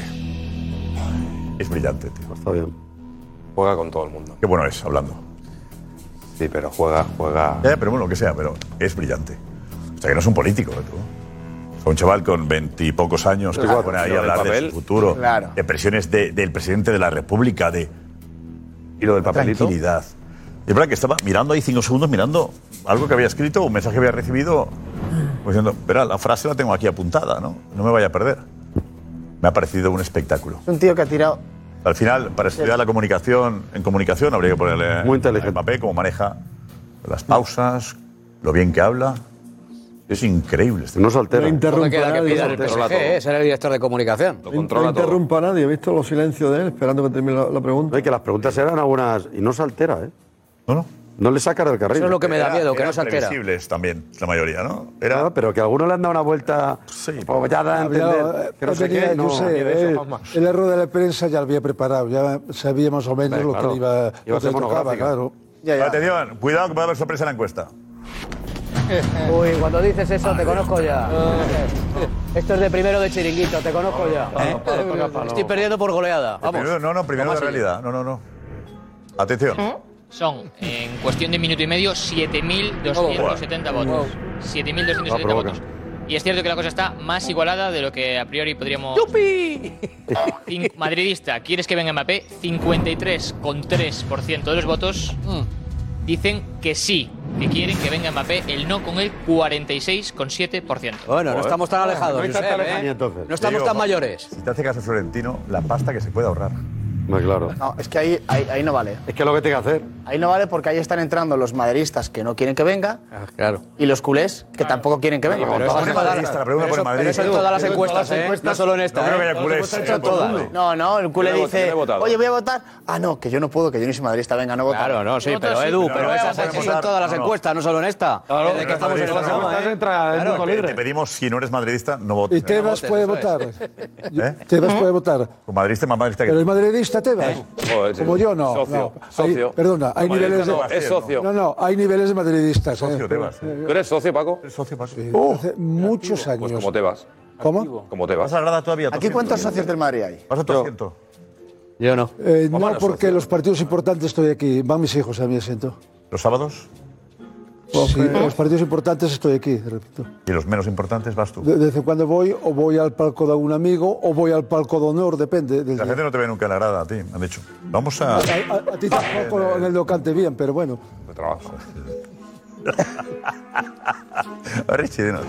Es brillante, tío. Está bien. Juega con todo el mundo. Qué bueno es hablando. Sí, pero juega. Pero bueno, lo que sea, pero es brillante. O sea, que no es un político, tú. Es un chaval con 20 y pocos años que se pone ahí a hablar de su futuro, de presiones del presidente de la República, de ¿Y lo del papelito? Tranquilidad. Y es verdad que estaba mirando ahí 5 segundos, mirando algo que había escrito, un mensaje que había recibido, pues diciendo, verá, la frase la tengo aquí apuntada, ¿no? No me vaya a perder. Me ha parecido un espectáculo. Es un tío que ha tirado. Al final, para estudiar la comunicación, en comunicación habría que ponerle Muy inteligente. el papel, cómo maneja las pausas, lo bien que habla. Es increíble. No se altera. No interrumpa queda que nadie. pida el PSG, ser el director de comunicación. No interrumpa a nadie. ¿He visto los silencios de él esperando que termine la pregunta? No, y que las preguntas eran algunas y no se altera, ¿eh? No. No le saca del carril. Eso es lo que me da miedo, que Eran no se altera. previsibles también, la mayoría, ¿no? Era, pero que a alguno le han dado una vuelta. Sí. Pues ya da a entender que no sé qué. No, el error de la prensa ya lo había preparado, ya sabía más o menos lo que le iba a ser tocaba, claro. Atención, cuidado que puede haber sorpresa en la encuesta. Uy, cuando dices eso te conozco ya. Esto es de primero de chiringuito, te conozco ya. Estoy perdiendo por goleada. Vamos. Primero de realidad. No. Atención. Son, en cuestión de minuto y medio, 7.270 votos. 7.270 votos. Y es cierto que la cosa está más igualada de lo que a priori podríamos... ¡Yupi! Madridista, ¿quieres que venga Mbappé? 53,3% de los votos dicen que sí, que quieren que venga Mbappé. El no con el 46,7%. Bueno, no estamos tan alejados, No hay tanta lejanía, entonces. No estamos tan mayores. Si te hace caso Florentino, la pasta que se puede ahorrar. Muy claro. No, es que ahí no vale. Es que es lo que tiene que hacer. Ahí no vale porque ahí están entrando los madridistas que no quieren que venga claro. y los culés que tampoco quieren que venga. Pero eso en todas las encuestas, no solo en esta. No creo que haya culés. No, el culé dice, oye, voy a votar. Ah, no, que yo no puedo, que yo ni soy madridista, venga, no voto. Claro, no, sí, pero Edu, pero esas son en todas las encuestas, no solo en esta. Claro, desde que estamos en las encuestas entra el voto libre. Te pedimos, si no eres madridista, no votes. ¿Y Tebas puede votar? ¿Tebas puede votar? Como madridista, más madridista que ¿Pero es madridista Tebas? Como yo, no. Socio. Socio. Perdona, hay niveles de... Es socio. No, hay niveles de madridistas. Socio, Tebas. ¿Tú eres socio, Paco? Eres socio, Paco. Hace muchos años. Pues como te vas. ¿Cómo? Como te vas. ¿Vas a Grada todavía? ¿Aquí cuántos socios del Madrid hay? ¿Vas a tu asiento? Yo no. No, porque los partidos importantes estoy aquí. Van mis hijos a mi asiento. ¿Los sábados? Sí, los partidos importantes estoy aquí, repito. ¿Y los menos importantes vas tú? De vez en cuando voy, o voy al palco de algún amigo, o voy al palco de honor, depende. La gente no te ve nunca en la grada, a ti, han dicho. Vamos a... A ti tampoco en el locante bien, pero bueno. De trabajo. Richie, dinos.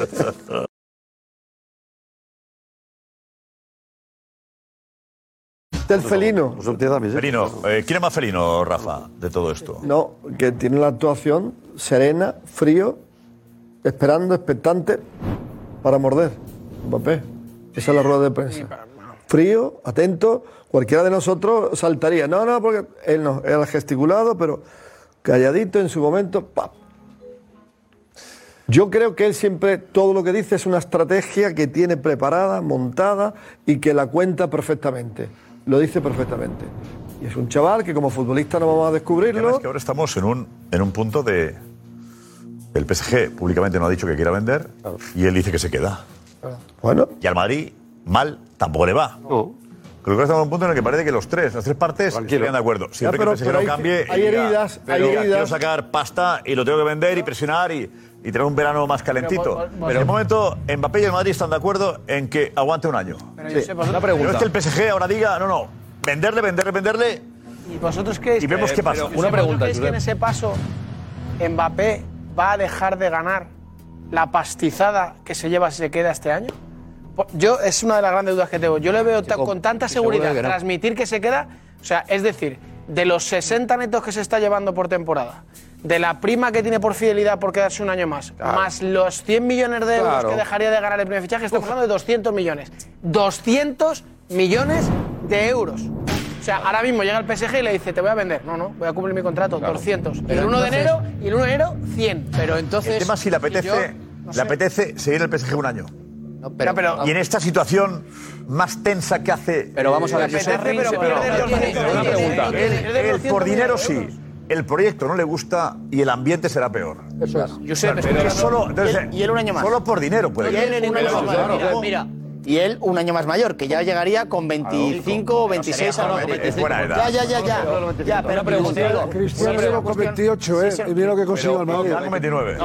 Del felino. Felino. ¿Quién es más felino, Rafa, de todo esto? No, que tiene la actuación serena, frío, esperando, expectante, para morder. Mbappé. Esa es la rueda de prensa. Frío, atento, cualquiera de nosotros saltaría. No, porque él no, él ha gesticulado, pero calladito en su momento, ¡pap! Yo creo que él siempre, todo lo que dice es una estrategia que tiene preparada, montada y que la cuenta perfectamente. Lo dice perfectamente. Y es un chaval que como futbolista no vamos a descubrirlo. Además que ahora estamos en un punto de... El PSG públicamente no ha dicho que quiera vender y él dice que se queda. Bueno. Y al Madrid, mal, tampoco le va. No. Creo que estamos en un punto en el que parece que las tres partes estarían de acuerdo. Siempre que el PSG no cambie... Hay heridas, quiero sacar pasta y lo tengo que vender y presionar y tener un verano más calentito. Pero en el momento, Mbappé y el Madrid están de acuerdo en que aguante un año. Pero yo sé, una pregunta. Pero es que el PSG ahora diga, no, venderle. ¿Y vosotros creéis? Y vemos qué pasa. Una pregunta. ¿Creéis que en ese paso Mbappé va a dejar de ganar la pastizada que se lleva si se queda este año? Yo, es una de las grandes dudas que tengo. Yo le veo con tanta seguridad transmitir que se queda, o sea, es decir, de los 60 netos que se está llevando por temporada, de la prima que tiene por fidelidad por quedarse un año más, más los 100 millones de euros que dejaría de ganar el primer fichaje, estamos hablando de 200 millones. 200 millones de euros. O sea, ahora mismo llega el PSG y le dice, te voy a vender. No, voy a cumplir mi contrato, 200. Y el 1 de enero, 100. Pero entonces... El tema es si le apetece seguir el PSG un año. No, pero, y en esta situación más tensa que hace... Pero vamos a ver, una pregunta. Él por dinero sí. El proyecto no le gusta y el ambiente será peor. Eso es. Y él un año más. Solo por dinero puede ser. Mira. Y él un año más mayor, que ya llegaría con 25 o 26 a los 25. Ya, pero pregunto. Cristiano llegó con 28, Y mira lo que consiguió el Madrid. Con 29.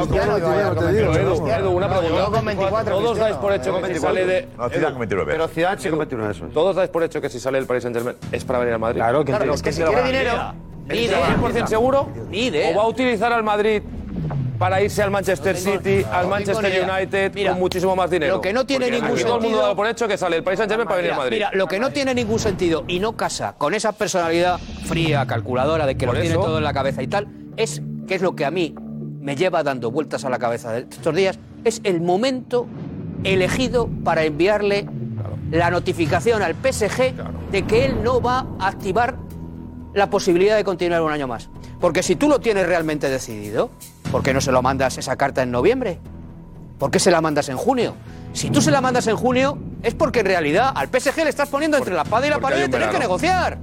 Una pregunta. Con 24. Todos dais por hecho que si sale de... No, Zidane con 29. Pero Zidane sí con 29, eso es. Todos dais por hecho que si sale del Paris Saint-Germain es para venir al Madrid. Claro, es que si quiere dinero... ¿Ni de 100% seguro? Ni de... ¿O va a utilizar al Madrid para irse al Manchester City, al Manchester United, con muchísimo más dinero? Lo que no tiene ningún sentido... Todo el mundo da por hecho que sale el Paris Saint-Germain para venir al Madrid. Mira, lo que no tiene ningún sentido y no casa con esa personalidad fría, calculadora, de que lo tiene todo en la cabeza y tal, es que es lo que a mí me lleva dando vueltas a la cabeza de estos días, es el momento elegido para enviarle la notificación al PSG de que él no va a activar la posibilidad de continuar un año más. Porque si tú lo tienes realmente decidido, ¿por qué no se lo mandas esa carta en noviembre? ¿Por qué se la mandas en junio? Si tú se la mandas en junio, es porque en realidad al PSG le estás poniendo entre la espada y la pared y tienes que negociar.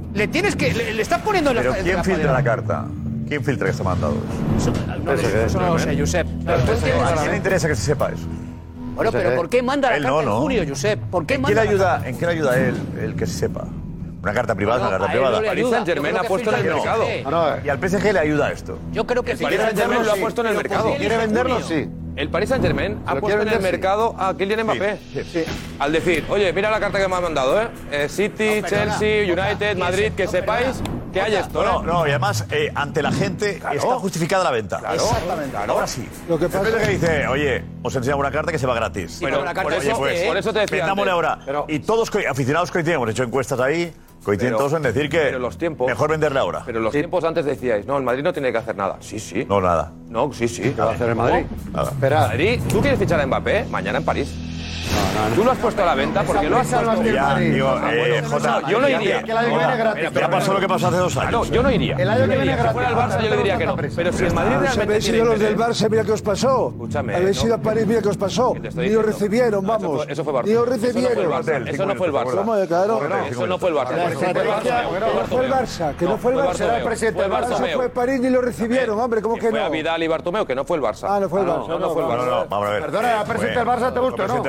Le estás poniendo en la Pero ¿quién filtra la carta? ¿Quién filtra que se ha mandado eso? Eso no lo sé, Josep. ¿A quién le interesa que se sepa eso? Bueno, pero ¿por qué manda la carta en junio, Josep? ¿Por qué manda ¿En qué le ayuda a él el que se sepa? Una carta privada, una carta privada. El Paris Saint-Germain ha puesto en el mercado. Y al PSG le ayuda esto. Yo creo que el Paris Saint-Germain lo ha puesto en el mercado. ¿Quiere venderlo? Sí. El Paris Saint-Germain ha puesto en el mercado a Kylian Mbappé. Sí. Al decir, oye, mira la carta que me ha mandado, City, Chelsea, United, Madrid, que sepáis que hay esto. No, y además, ante la gente está justificada la venta. Exactamente. Ahora sí. Lo que pasa es que dice, oye, os enseñamos una carta que se va gratis. Pero por eso te decía vendámosle ahora. Y todos aficionados coincidimos, hemos hecho encuestas ahí. Coinciden todos en decir que los tiempos, mejor venderle ahora. Pero los tiempos antes decíais, no, el Madrid no tiene que hacer nada. Sí. No, nada. No, sí. ¿Qué va a hacer el Madrid? Nada. Espera. Madrid, ¿tú quieres fichar a Mbappé? Mañana en París. No. Tú lo has puesto a la venta porque lo has puesto. Jota, yo no iría. Ya pasó lo que pasó hace 2 años. No, yo no iría. El año que viene gratis. Si fuera el Barça, yo le diría que no. Pero si el Madrid realmente. Habéis sido los del Barça, mira qué os pasó. Escúchame. Habéis ido a París, mira qué os pasó. Ni os recibieron, vamos. Eso fue Barça. Ni os recibieron. Eso no fue el Barça. ¿Cómo? Claro. Eso no fue el Barça. No fue el Barça. Que no fue el Barça. Era el presidente del Barça. Fue París ni lo recibieron, hombre. ¿Cómo que no? Fue a Vidal y Bartomeu, que no fue el Barça. Ah, no fue el Barça. No, vamos a ver. Perdona, ¿era presidente del Barça te gusta o no? Presidente del Barça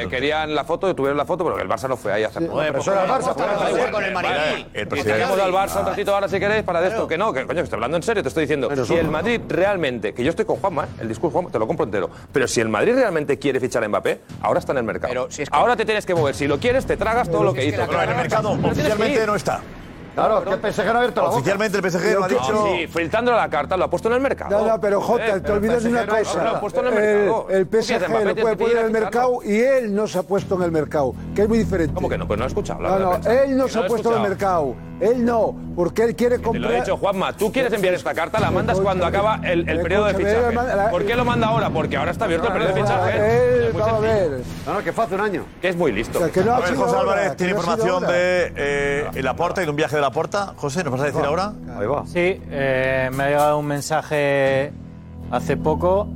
querían la foto, tuvieron la foto, pero el Barça no fue ahí a hacer nada. Pero eso era el Barça, con el Madrid. Tenemos al Barça un ratito ahora si queréis para de esto. Que no, que coño, que estoy hablando en serio, te estoy diciendo. Si el Madrid realmente, que yo estoy con Juanma, el discurso Juanma, te lo compro entero, pero si el Madrid realmente quiere fichar a Mbappé, ahora está en el mercado. Pero si es que ahora te tienes que mover. Si lo quieres, te tragas todo lo que hizo. Pero en el mercado oficialmente no está. Claro, que el PSG no ha abierto la boca. Oficialmente el PSG lo ha dicho. Sí, filtrando la carta, lo ha puesto en el mercado. No, pero Jota, te olvidas de una cosa. Lo ha puesto en el mercado. El PSG lo puede poner en el mercado y él no se ha puesto en el mercado, que es muy diferente. ¿Cómo que no? Pues no he escuchado. No, él no se ha puesto en el mercado. Él no, porque él quiere comprar. Te lo he dicho, Juanma, tú quieres enviar esta carta, la mandas cuando acaba el periodo de fichaje. ¿Por qué lo manda ahora? Porque ahora está abierto el periodo de fichaje. Vamos a ver. No, que fue hace un año. Que es muy listo. A ver, José Álvarez tiene información de Laporta y de un viaje de Laporta. José, ¿nos vas a decir ahora? Ahí va. Sí, me ha llegado un mensaje hace poco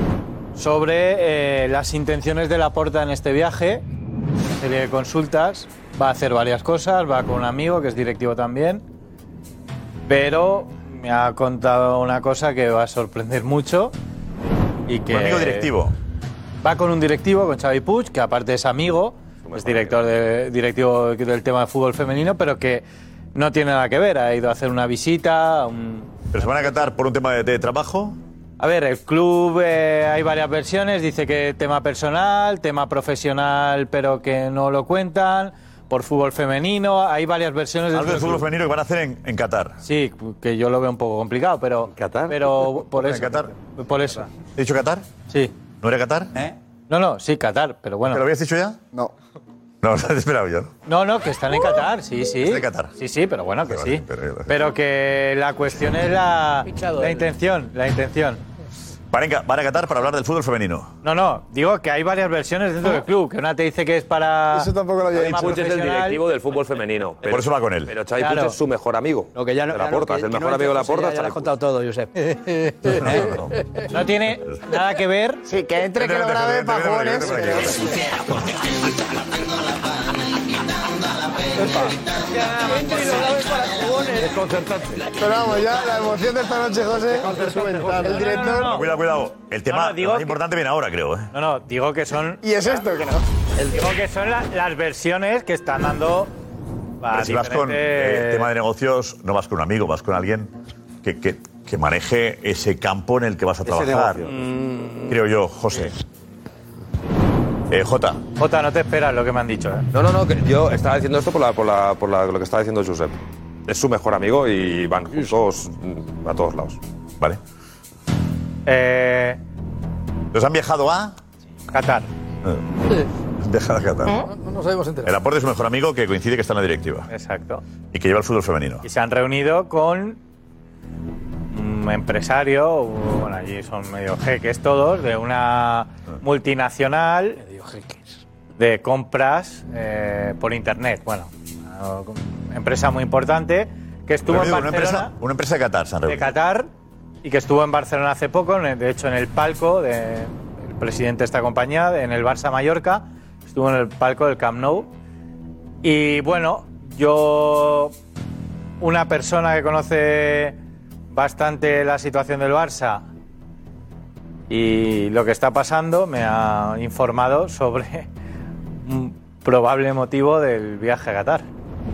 sobre las intenciones de Laporta en este viaje. Una serie de consultas. Va a hacer varias cosas, va con un amigo que es directivo también. Pero me ha contado una cosa que va a sorprender mucho. Y que ¿Un amigo directivo? Va con un directivo, con Xavi Puig, que aparte es amigo, es directivo del tema de fútbol femenino, pero que no tiene nada que ver. Ha ido a hacer una visita. ¿Pero se van a Qatar por un tema de trabajo? A ver, el club hay varias versiones. Dice que tema personal, tema profesional, pero que no lo cuentan. Por fútbol femenino, hay varias versiones Algo de fútbol femenino que van a hacer en Qatar. Sí, que yo lo veo un poco complicado, pero. ¿Qatar? Pero por eso. ¿En Qatar? Por eso. ¿He dicho Qatar? Sí. ¿No era Qatar? No, sí, Qatar, pero bueno. ¿Te lo habías dicho ya? No. No, lo has esperado yo. No, que están en Qatar, sí. ¿Están en Qatar? Sí, pero bueno, que sí. Pero que la cuestión es la intención. Van a Qatar para hablar del fútbol femenino. No, digo que hay varias versiones dentro del club, que una te dice que es para... Eso tampoco lo había dicho. Puig es el directivo del fútbol femenino. Por eso va con él. Pero Xavi Puig es su mejor amigo. Lo que ya no, de Laporta, es el mejor amigo de Laporta. Ya lo has contado todo, Josep. No tiene nada que ver. Sí, que entre que lo grabe para jóvenes. Pero vamos, ya la emoción de esta noche, José. El director. Cuidado. El tema más importante viene ahora, creo. No, digo que son. ¿Y es esto que no? Digo que son las versiones que están dando. Pero si vas con tema de negocios, no vas con un amigo, vas con alguien que maneje ese campo en el que vas a trabajar. Creo yo, José. Jota, no te esperas lo que me han dicho. No, que yo estaba diciendo esto por lo que estaba diciendo Josep. Es su mejor amigo y van juntos a todos lados. Vale. ¿Los han viajado a? Qatar. Viajado a Qatar. No nos habíamos enterado. El Laporta es su mejor amigo que coincide que está en la directiva. Exacto. Y que lleva el fútbol femenino. Y se han reunido con un empresario, bueno, allí son medio jeques todos, de una multinacional de compras por internet. Bueno, una empresa muy importante que estuvo en Barcelona. Una empresa de Qatar, se han reunido. De Qatar, y que estuvo en Barcelona hace poco, de hecho en el palco del presidente de esta compañía, en el Barça Mallorca, estuvo en el palco del Camp Nou. Y bueno, una persona que conoce bastante la situación del Barça y lo que está pasando, me ha informado sobre un probable motivo del viaje a Qatar.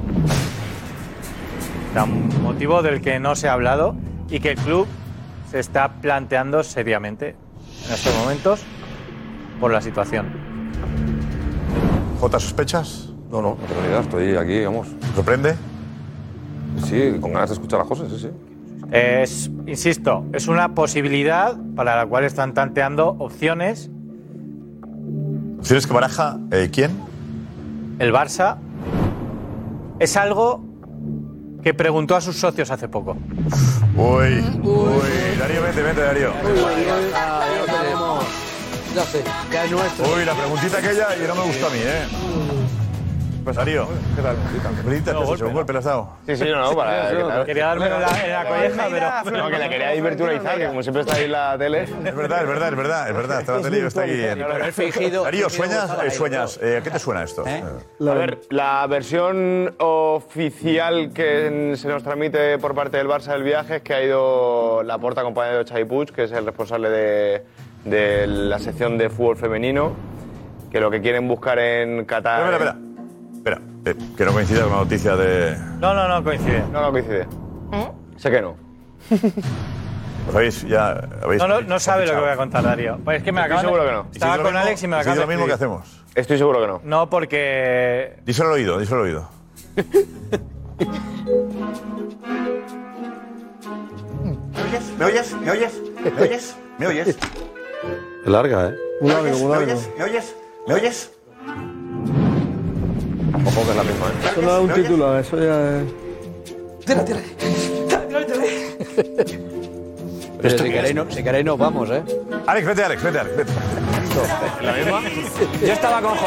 Un motivo del que no se ha hablado y que el club se está planteando seriamente en estos momentos por la situación. ¿Jota, sospechas? No tengo ni idea, estoy aquí, vamos. ¿Sorprende? Sí, con ganas de escuchar las cosas, sí. Insisto, es una posibilidad para la cual están tanteando opciones. ¿Opciones que baraja quién? El Barça. Es algo que preguntó a sus socios hace poco. Uy, Darío, vente, Darío. Ya sé, ya es nuestro. Uy, la preguntita aquella y no me gustó a mí, Pues Darío, ¿qué tal? ¿Se un golpe le has dado? Sí, para... Quería darme en la colleja, pero... No, que le quería divertir a Izal, que como siempre está ahí en la tele... Es verdad. Está la tele y está aquí. Darío, ¿sueñas? ¿A qué te suena esto? A ver, la versión oficial que se nos transmite por parte del Barça del viaje es que ha ido Laporta acompañado de Xavi Puig, que es el responsable de la sección de fútbol femenino. que lo que quieren buscar en Qatar... Espera, que no coincida con la noticia de... No coincide. No coincide. Sé que no. ¿Habéis no sabe lo que voy a contar, Darío. Pues es que me Estoy seguro que no. Estaba con Alex y me acaba de lo mismo que hacemos. Estoy seguro que no. No, porque... Díselo al oído. ¿Me oyes? Es larga, ¿eh? ¿Me oyes? Ojo que es la misma, ¿eh? Eso no es un título, eso ya es... Tírale. Pero si queréis nos vamos, ¿eh? Alex, vete. ¿La misma? Yo estaba con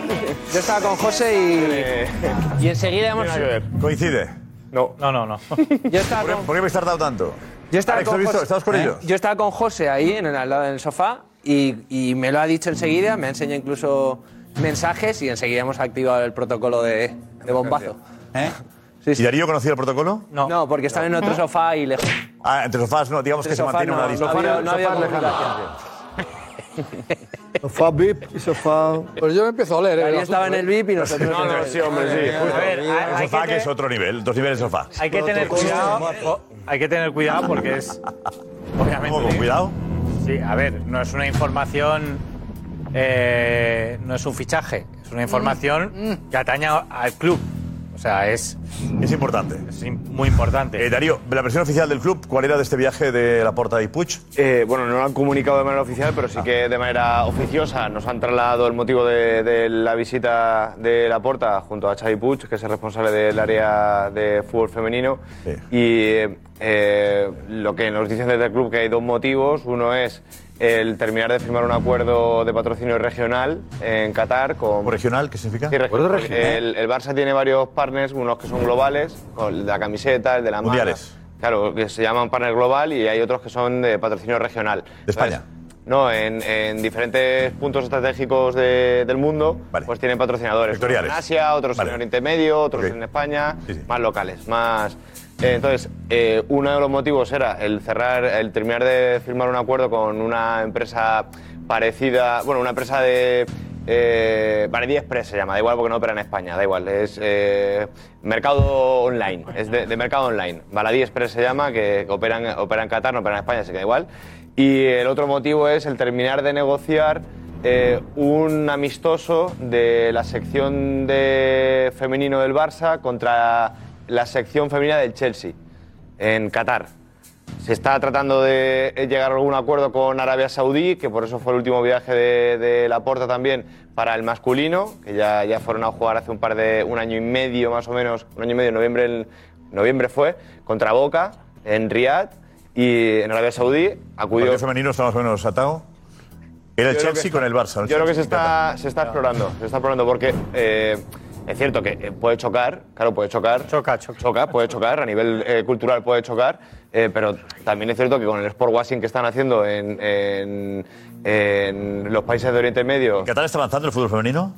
José, y enseguida hemos... ¿Coincide? No. Yo estaba con... ¿Por qué habéis tardado tanto? Yo estaba Alex, con José, ¿estabas con ellos? Yo estaba con José ahí al lado del sofá y me lo ha dicho enseguida, me ha enseñado incluso mensajes y enseguida hemos activado el protocolo de bombazo. ¿Y Darío conocía el protocolo? No, porque estaba en otro sofá y lejos. Entre sofás no, digamos que se mantiene una distancia. No había comunicación. Sofá VIP y sofá... Pues yo me empiezo a oler. Darío estaba en el VIP y nosotros... Sí, hombre, sí. A ver, El sofá que es otro nivel, 2 niveles de sofá. Hay que tener cuidado porque es... Obviamente... ¿Cómo, con cuidado? Sí, a ver, no es una información... no es un fichaje, es una información que atañe al club. O sea, es importante. Es muy importante. Darío, la versión oficial del club, ¿cuál era de este viaje de Laporta y Puig? Bueno, no lo han comunicado de manera oficial, pero sí que de manera oficiosa nos han trasladado el motivo de la visita de Laporta junto a Xavi Puig, que es el responsable del área de fútbol femenino. Sí. Y lo que nos dicen desde el club, que hay 2 motivos. Uno es el terminar de firmar un acuerdo de patrocinio regional en Qatar con... ¿Regional? ¿Qué significa? Sí, ¿acuerdo regional? El Barça tiene varios partners, unos que son globales, el de la camiseta, el de la mano. Mundiales. Claro, que se llaman partner global, y hay otros que son de patrocinio regional. ¿De España? No, en diferentes puntos estratégicos del mundo, pues tienen patrocinadores. Sectoriales. En Asia, otros en Oriente Medio, otros en España, más locales, más... Entonces, uno de los motivos era el terminar de firmar un acuerdo con una empresa parecida, bueno, una empresa de Baredia Express se llama, da igual porque no opera en España, da igual, es mercado online, es de mercado online. Baredia Express se llama, que opera en Qatar, no opera en España, así que da igual. Y el otro motivo es el terminar de negociar un amistoso de la sección de femenino del Barça contra la sección femenina del Chelsea, en Qatar. Se está tratando de llegar a algún acuerdo con Arabia Saudí, que por eso fue el último viaje de Laporta también para el masculino, que ya fueron a jugar hace un año y medio más o menos, en noviembre fue, contra Boca, en Riad, y en Arabia Saudí acudió... ¿El femenino está más o menos atado? Era el Chelsea con el Barça. Yo creo que se está explorando, porque... es cierto que puede chocar, claro, puede chocar. Puede chocar, a nivel cultural puede chocar, pero también es cierto que con el sportwashing que están haciendo en los países de Oriente Medio... ¿Qatar está avanzando el fútbol femenino?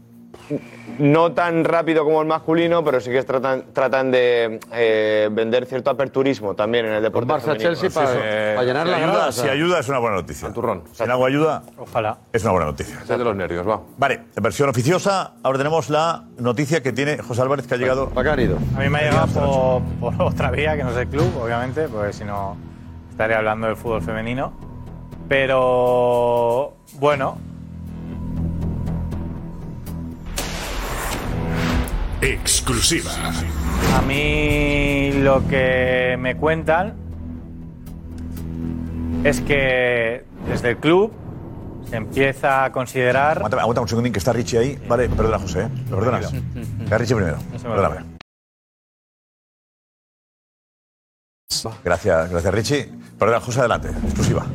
No tan rápido como el masculino, pero sí que tratan de vender cierto aperturismo también en el deporte femenino. Barça-Chelsea para llenar la grada. Si ayuda es una buena noticia. Si en algo ayuda, ojalá. Es una buena noticia. Es de los nervios, va. Vale, versión oficiosa. Ahora tenemos la noticia que tiene José Álvarez, que ha llegado... ¿Para qué han ido? A mí me ha llegado por otra vía, que no es el club, obviamente, porque si no estaría hablando del fútbol femenino. Pero, bueno... Exclusiva. A mí lo que me cuentan es que desde el club se empieza a considerar... Aguanta un segundín, que está Richie ahí. Vale, perdona, José, ¿Lo perdonas? Está Richie primero. Perdóname. Gracias, Richie. Perdona, José, adelante. Exclusiva.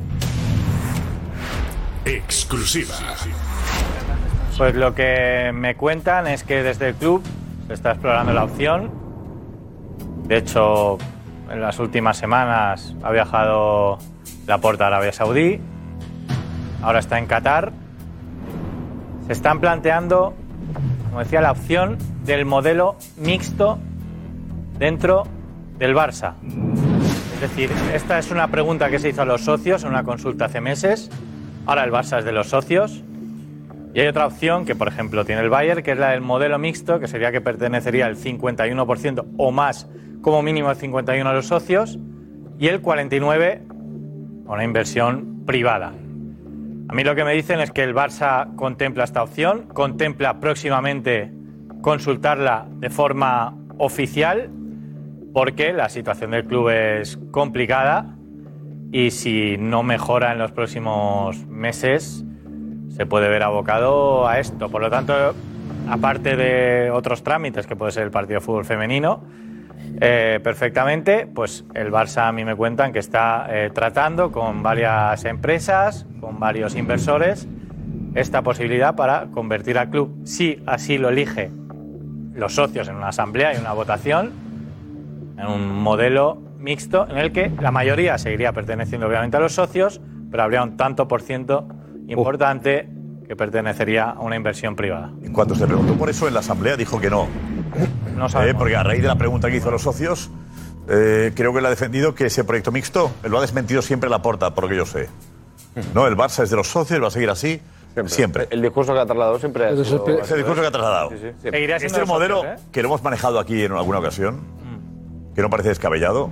Exclusiva. Pues lo que me cuentan es que desde el club se está explorando la opción. De hecho, en las últimas semanas ha viajado Laporta a Arabia Saudí. Ahora está en Qatar. Se están planteando, como decía, la opción del modelo mixto dentro del Barça. Es decir, esta es una pregunta que se hizo a los socios en una consulta hace meses. Ahora el Barça es de los socios. Y hay otra opción que, por ejemplo, tiene el Bayern, que es la del modelo mixto, que sería que pertenecería el 51% o más, como mínimo el 51% a los socios, y el 49% a una inversión privada. A mí lo que me dicen es que el Barça contempla esta opción, contempla próximamente consultarla de forma oficial, porque la situación del club es complicada y si no mejora en los próximos meses se puede ver abocado a esto. Por lo tanto, aparte de otros trámites que puede ser el partido de fútbol femenino, perfectamente, pues el Barça a mí me cuentan que está tratando con varias empresas, con varios inversores, esta posibilidad para convertir al club, si así lo elige los socios en una asamblea y una votación, en un modelo mixto en el que la mayoría seguiría perteneciendo obviamente a los socios, pero habría un tanto por ciento importante que pertenecería a una inversión privada. En cuanto se preguntó por eso en la asamblea dijo que no. No sabemos. Porque a raíz de la pregunta que hizo a los socios, creo que él ha defendido que ese proyecto mixto lo ha desmentido siempre Laporta, por lo que yo sé. No, el Barça es de los socios, va a seguir así. Siempre. El discurso que ha trasladado siempre es el discurso que ha trasladado. Sí, sí. Este es el modelo que lo hemos manejado aquí en alguna ocasión, que no parece descabellado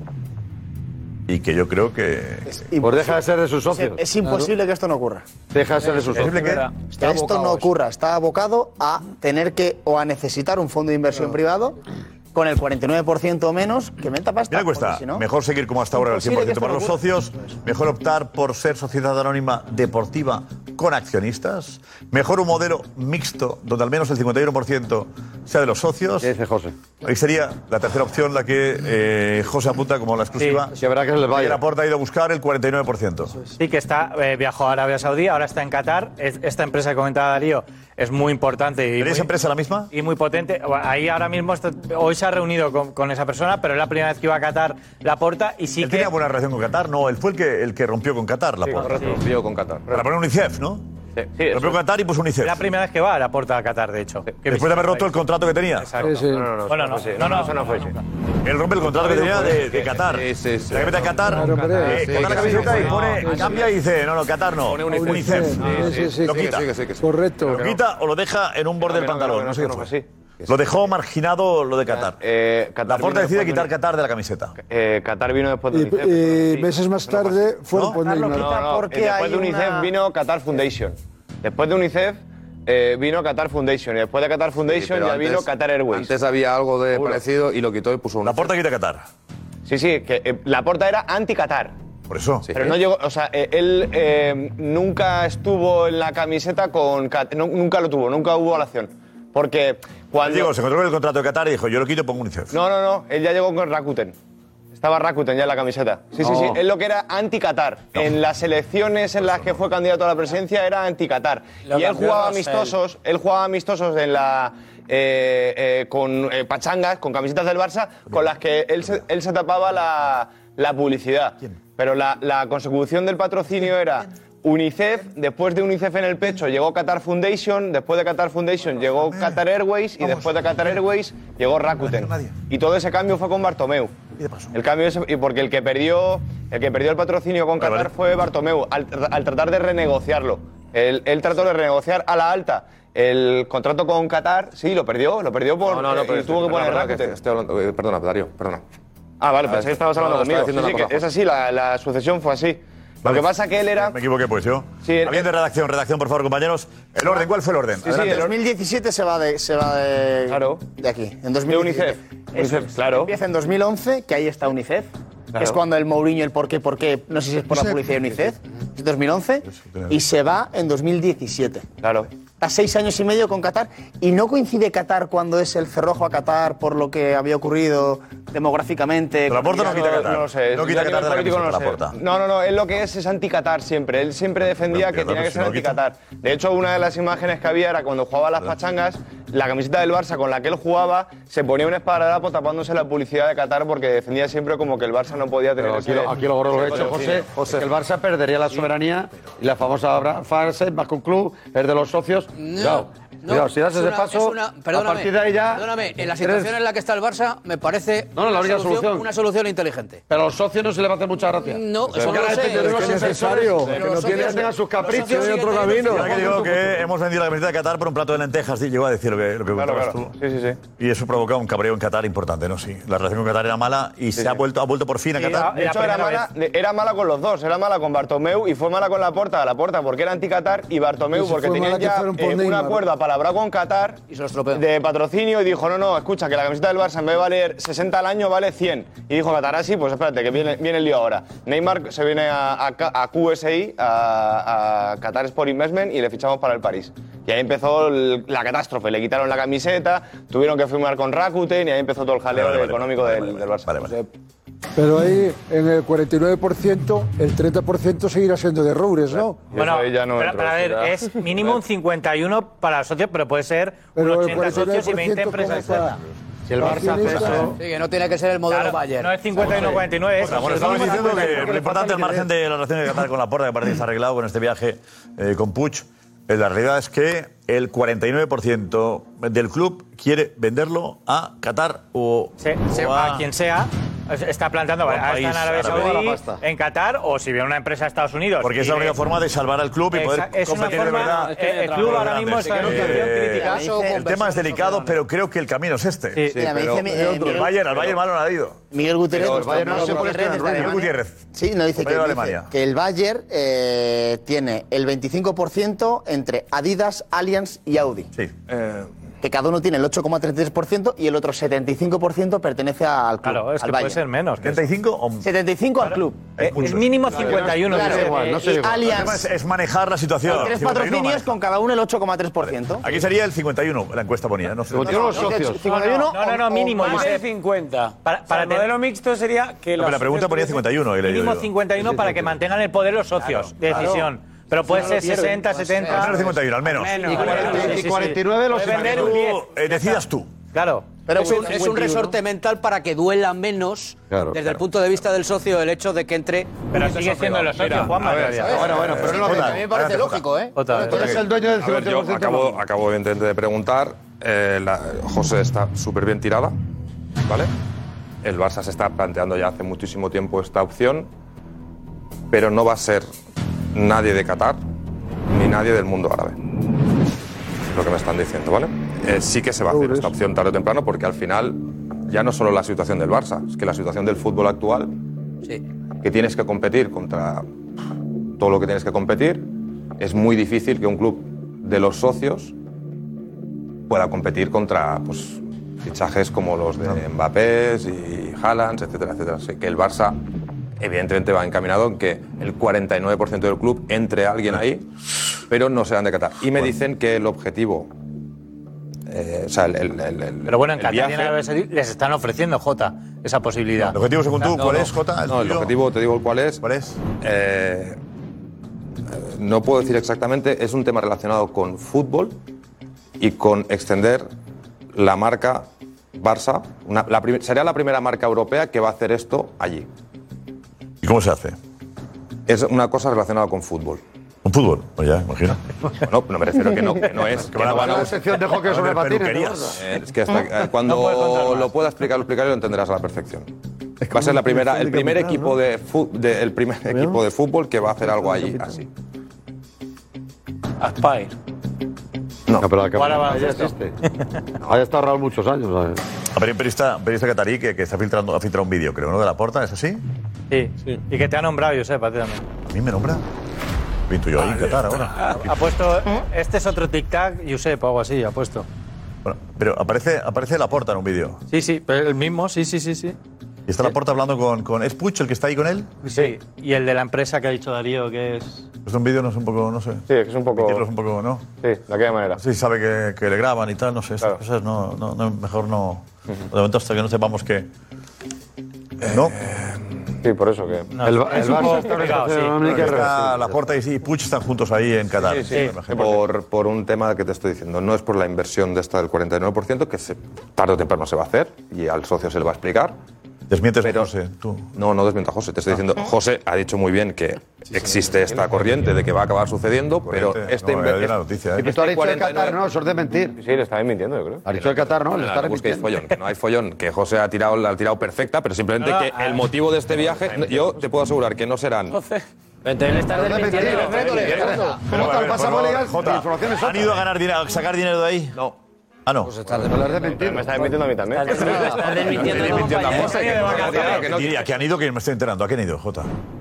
y que yo creo que... Pues deja de ser de sus socios. Es imposible que esto no ocurra. Deja de ser de sus socios. Que esto no ocurra. Está abocado a tener que o a necesitar un fondo de inversión privado con el 49% o menos que meta pasta. Mira, cuesta. Si no, mejor seguir como hasta ahora el 100% para los socios, mejor optar por ser sociedad anónima deportiva con accionistas, mejor un modelo mixto donde al menos el 51% sea de los socios. ¿Qué dice José? Ahí sería la tercera opción la que José apunta como la exclusiva. Sí, verá que es el Bayern. Laporta ha ido a buscar el 49%. Sí, que está, viajó a Arabia Saudí, ahora está en Qatar. Esta empresa que comentaba Darío es muy importante. ¿Es empresa la misma? Y muy potente. Ahí ahora mismo, hoy se ha reunido con esa persona, pero es la primera vez que iba a Qatar Laporta y sí ¿Él tenía buena relación con Qatar? No, él fue el que rompió con Qatar, Laporta. Sí, rompió con Qatar. Para poner UNICEF, ¿no? Sí, rompió con Qatar y puso UNICEF. Es la primera vez que va a Laporta a Qatar, de hecho. Después de haber roto el contrato que tenía. Exacto. No, eso no fue. Él rompe el contrato que tenía de Qatar. La que mete a Qatar, pone la camiseta y pone, cambia y dice, no, Qatar no, UNICEF. Lo quita. Correcto. Lo quita o lo deja en un borde del pantalón. No sé qué fue. Lo dejó marginado lo de Qatar. Laporta decide quitar Qatar de la camiseta. Qatar vino después de UNICEF. Y meses más tarde fueron por después de UNICEF vino Qatar Foundation. Después de UNICEF vino Qatar Foundation. Y después de Qatar Foundation ya vino Qatar Airways. Antes había algo de parecido y lo quitó y puso UNICEF. Laporta quita Qatar. Sí, que Laporta era anti-Qatar. Por eso. Pero no llegó, o sea, él nunca estuvo en la camiseta con Qatar. Nunca lo tuvo, nunca hubo relación. Porque cuando... Digo, se encontró con el contrato de Qatar y dijo, yo lo quito y pongo UNICEF. No, él ya llegó con Rakuten. Estaba Rakuten ya en la camiseta. Sí. Él lo que era anti-Qatar. En las elecciones en las que fue candidato a la presidencia era anti-Qatar. Y él jugaba amistosos, en la... con pachangas, con camisetas del Barça, con las que él se tapaba la publicidad. Pero la consecución del patrocinio era... UNICEF, después de UNICEF en el pecho llegó Qatar Foundation, después de Qatar Foundation llegó Qatar Airways y después de Qatar Airways llegó Rakuten. Y todo ese cambio fue con Bartomeu. El cambio porque el que perdió el patrocinio con Qatar fue Bartomeu al tratar de renegociarlo. Él trató de renegociar a la alta el contrato con Qatar, sí, lo perdió por pero tuvo que poner Rakuten. Estoy hablando, perdona, Darío, perdona. Ah, vale, pensé que estabas hablando conmigo. Sí, que es así, la sucesión fue así. Lo que pasa que él era... Me equivoqué, pues yo. Sí, Habiendo redacción, por favor, compañeros. El orden, ¿cuál fue el orden? Sí, en 2017 se va de aquí. En 2017. De UNICEF, claro. Empieza en 2011, que ahí está UNICEF. Claro. Es cuando el Mourinho, el por qué, no sé si es por la publicidad de UNICEF, es 2011, y se va en 2017. Claro. Está 6 años y medio con Qatar, y no coincide Qatar cuando es el cerrojo a Qatar por lo que había ocurrido demográficamente. Laporta no quita Qatar. No lo sé. No quita Qatar de la camiseta, Laporta. No, él lo que es anti-Qatar siempre. Él siempre defendía que tenía que ser anti-Qatar. De hecho, una de las imágenes que había era cuando jugaba a las pachangas, la camiseta del Barça con la que él jugaba, se ponía un esparadrapo tapándose la publicidad de Qatar porque defendía siempre como que el Barça no podía tener aquí lo gordo lo he hecho, José, que el Barça perdería la soberanía y la famosa frase, más que un club, es de los socios. No. Cuidado, si das ese paso, a partir de ahí ya... Perdóname, en la situación en la que está el Barça, me parece la única solución. Una solución inteligente. Pero a los socios no se le va a hacer mucha gracia. No, eso no lo sé. Es necesario. Que no tengan sus caprichos y otro camino. Ya que digo que hemos vendido la camiseta de Qatar por un plato de lentejas, llegó a decir lo que comentabas tú. Sí. Y eso provoca un cabreo en Qatar importante, ¿no? Sí. La relación con Qatar era mala y se ha vuelto por fin a Qatar. De hecho, era mala con los dos. Era mala con Bartomeu y fue mala con Laporta porque era anti-Qatar y Bartomeu porque tenían ya un acuerdo apalabrado con Qatar de patrocinio y dijo, no, escucha, que la camiseta del Barça en vez de valer 60 al año vale 100. Y dijo Qatar, así, pues espérate, que viene el lío ahora. Neymar se viene a QSI, a Qatar Sport Investment, y le fichamos para el París. Y ahí empezó la catástrofe, le quitaron la camiseta, tuvieron que firmar con Rakuten y ahí empezó todo el jaleo económico del Barça. Pero ahí, en el 49%, el 30% seguirá siendo de Roures, ¿no? Bueno, pero a ver, es mínimo un 51 para los socios, pero puede ser un 80 socios y 20 empresas externas. Si el Barça hace eso... Sí, que no tiene que ser el modelo Bayern. No es 51-49, es... Bueno, estamos diciendo que lo importante al margen de la relación de Qatar con Laporta, que parece que está arreglado con este viaje con Puig, la realidad es que el 49% del club quiere venderlo a Qatar o a quien sea. Está planteando en Arabia Saudí, en Qatar o si viene una empresa de Estados Unidos. Porque es la única forma de salvar al club y poder competir de verdad. El club ahora mismo está en una situación crítica. El tema es delicado, pero creo que el camino es este. El Bayern malo no ha ido. Miguel Gutiérrez. Miguel Gutiérrez. Sí, no dice que el Bayern tiene el 25% entre Adidas, Allianz y Audi. Sí. Que cada uno tiene el 8,33% y el otro 75% pertenece al club. Claro, es que al puede Bayern. ser menos. ¿75 o...? 75 al club. Es mínimo 51. Claro, igual, no sé igual. El tema es manejar la situación. Tres patrocinios con cada uno el 8,3%. Aquí sería el 51, la encuesta ponía. No sé. Los socios. 51 no, mínimo. Más de 50. Para el modelo mixto sería que la pregunta ponía 51. Mínimo 51 para que mantengan el poder los socios de decisión. Pero puede ser 60, 70... Al menos 51, al menos. Y 49 los decidas tú. Claro. Pero es un resorte mental para que duela menos desde el punto de vista del socio el hecho de que entre... Pero sigue siendo los socios, Juanma. Bueno, pero no a mí me parece lógico, ¿eh? Tú eres el dueño del 50%. Yo acabo evidentemente de preguntar. José está súper bien tirada, ¿vale? El Barça se está planteando ya hace muchísimo tiempo esta opción, pero no va a ser nadie de Qatar ni nadie del mundo árabe. Es lo que me están diciendo, ¿vale? Sí que se va a hacer esta opción tarde o temprano porque al final ya no solo la situación del Barça, es que la situación del fútbol actual, que tienes que competir contra todo lo que tienes que competir, es muy difícil que un club de los socios pueda competir contra fichajes como los de Mbappé y Haaland, etcétera, etcétera. Así que el Barça evidentemente va encaminado en que el 49% del club entre alguien ahí, pero no sean de Qatar. Y me dicen que el objetivo... pero bueno, en Qatar les están ofreciendo, Jota, esa posibilidad. ¿El objetivo según tú cuál es, Jota? No, el objetivo, te digo cuál es. ¿Cuál es? No puedo decir exactamente, es un tema relacionado con fútbol y con extender la marca Barça. Sería la primera marca europea que va a hacer esto allí. ¿Y cómo se hace? Es una cosa relacionada con fútbol. ¿Con fútbol? Pues ya, imagino. Bueno, no me refiero que no es. Que van a la sección de hockey sobre patines. Es que cuando lo pueda explicar y lo entenderás a la perfección. Va a ser el primer equipo de fútbol que va a hacer algo allí así. Aspire. No, pero la cámara ya existe. Haya estado Raúl muchos años. ¿sabes? Hay un periodista catarí que ha filtrado un vídeo, creo, ¿no? De Laporta, ¿es así? Sí. Y que te ha nombrado, Josep, a ti también. ¿A mí me nombra? Pinto yo ahí en Qatar ahora. Ha puesto... Este es otro tic-tac, Josep, o algo así, ha puesto. Bueno, pero aparece Laporta en un vídeo. Sí, pero el mismo, sí. ¿Y está Laporta hablando con... ¿Es Puig el que está ahí con él? Sí, y el de la empresa que ha dicho Darío, que es... Es un vídeo, no es un poco, no sé. Sí, es un poco... Es un poco, ¿no? Sí, de aquella manera. Sí, sabe que le graban y tal, no sé, estas cosas mejor no... De momento hasta que no sepamos que... ¿No? Sí, por eso que... No, el Barça está Laporta y Puig están juntos ahí en Qatar. Sí. Por un tema que te estoy diciendo. No es por la inversión de esta del 49%, que tarde o temprano se va a hacer y al socio se le va a explicar. Desmientes a José, tú. No desmiento a José. Te estoy diciendo, José ha dicho muy bien que existe esta corriente de que va a acabar sucediendo, pero la noticia, Tú has dicho el Qatar, no, eso es de mentir. Sí, le está mintiendo, yo creo. Ha dicho el Qatar, no, le está busquéis mintiendo. follón, que no hay follón, que José la ha tirado perfecta, pero simplemente No, que el motivo de este viaje, yo te puedo asegurar que no serán. Entonces le estás desmintiendo. ¿Han ido a ganar dinero, a sacar dinero de ahí? No. Ah, no. Me está desmintiendo a mí también. ¿A qué han ido? Que me estoy enterando. ¿A qué han ido, Jota?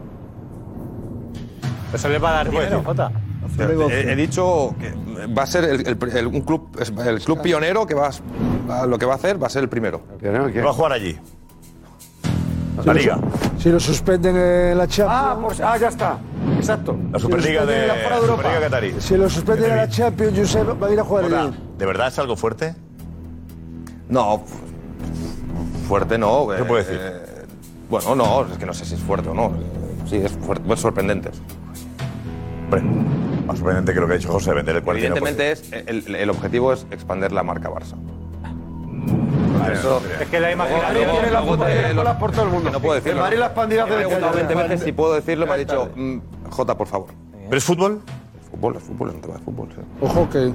Eso le va a dar dinero, Jota. He dicho que va a ser el club pionero que lo que va a hacer va a ser el primero. Va a jugar allí. La Liga. Si lo suspenden en la Champions. Ya está. Exacto. La Superliga de Superliga Qatarí. Si lo suspenden en la Champions, Josep va a ir a jugar allí. ¿De verdad es algo fuerte? No, fuerte no. ¿Qué puede decir? Bueno, no, es que no sé si es fuerte o no. Sí, es fuerte, es sorprendente. Hombre, más sorprendente que lo que ha dicho José, vender el 41%. Evidentemente el objetivo es expandir la marca Barça. Eso, es que la imaginación tiene la bola por todo el mundo. No puedo decirlo. El Madrid la expandirá Me ha preguntado 20 veces si puedo decirlo, me ha dicho, Jota, por favor. ¿Pero es fútbol? Es fútbol, es un tema de fútbol. Sí. Ojo que.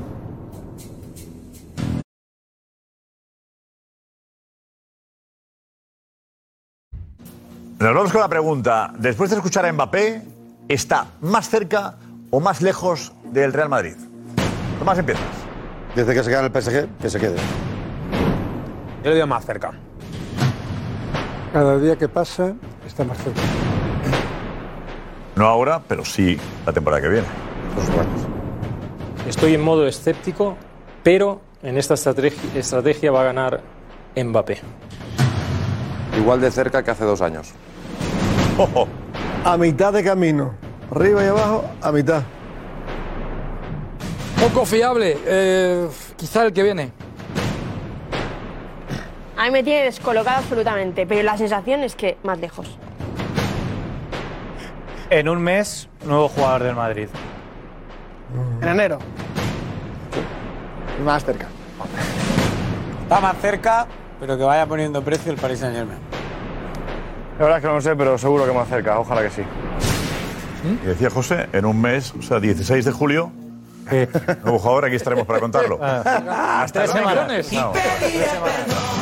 Nos vamos con la pregunta. Después de escuchar a Mbappé, ¿está más cerca o más lejos del Real Madrid? Tomás, empiezas. Desde que se queda en el PSG, que se quede. Yo lo digo más cerca. Cada día que pasa está más cerca. No ahora, pero sí la temporada que viene. Estoy en modo escéptico, pero en esta estrategia va a ganar Mbappé. Igual de cerca que hace 2 años. A mitad de camino. Arriba y abajo, a mitad. Poco fiable. Quizá el que viene. A mí me tiene descolocado absolutamente, pero la sensación es que más lejos. En un mes, nuevo jugador del Madrid. En enero. Más cerca. Está más cerca, pero que vaya poniendo precio el Paris Saint-Germain. La verdad es que no lo sé, pero seguro que más cerca, ojalá que sí. Y decía José, en un mes, o sea, 16 de julio, nuevo jugador, aquí estaremos para contarlo. Hasta 3 semanas. No.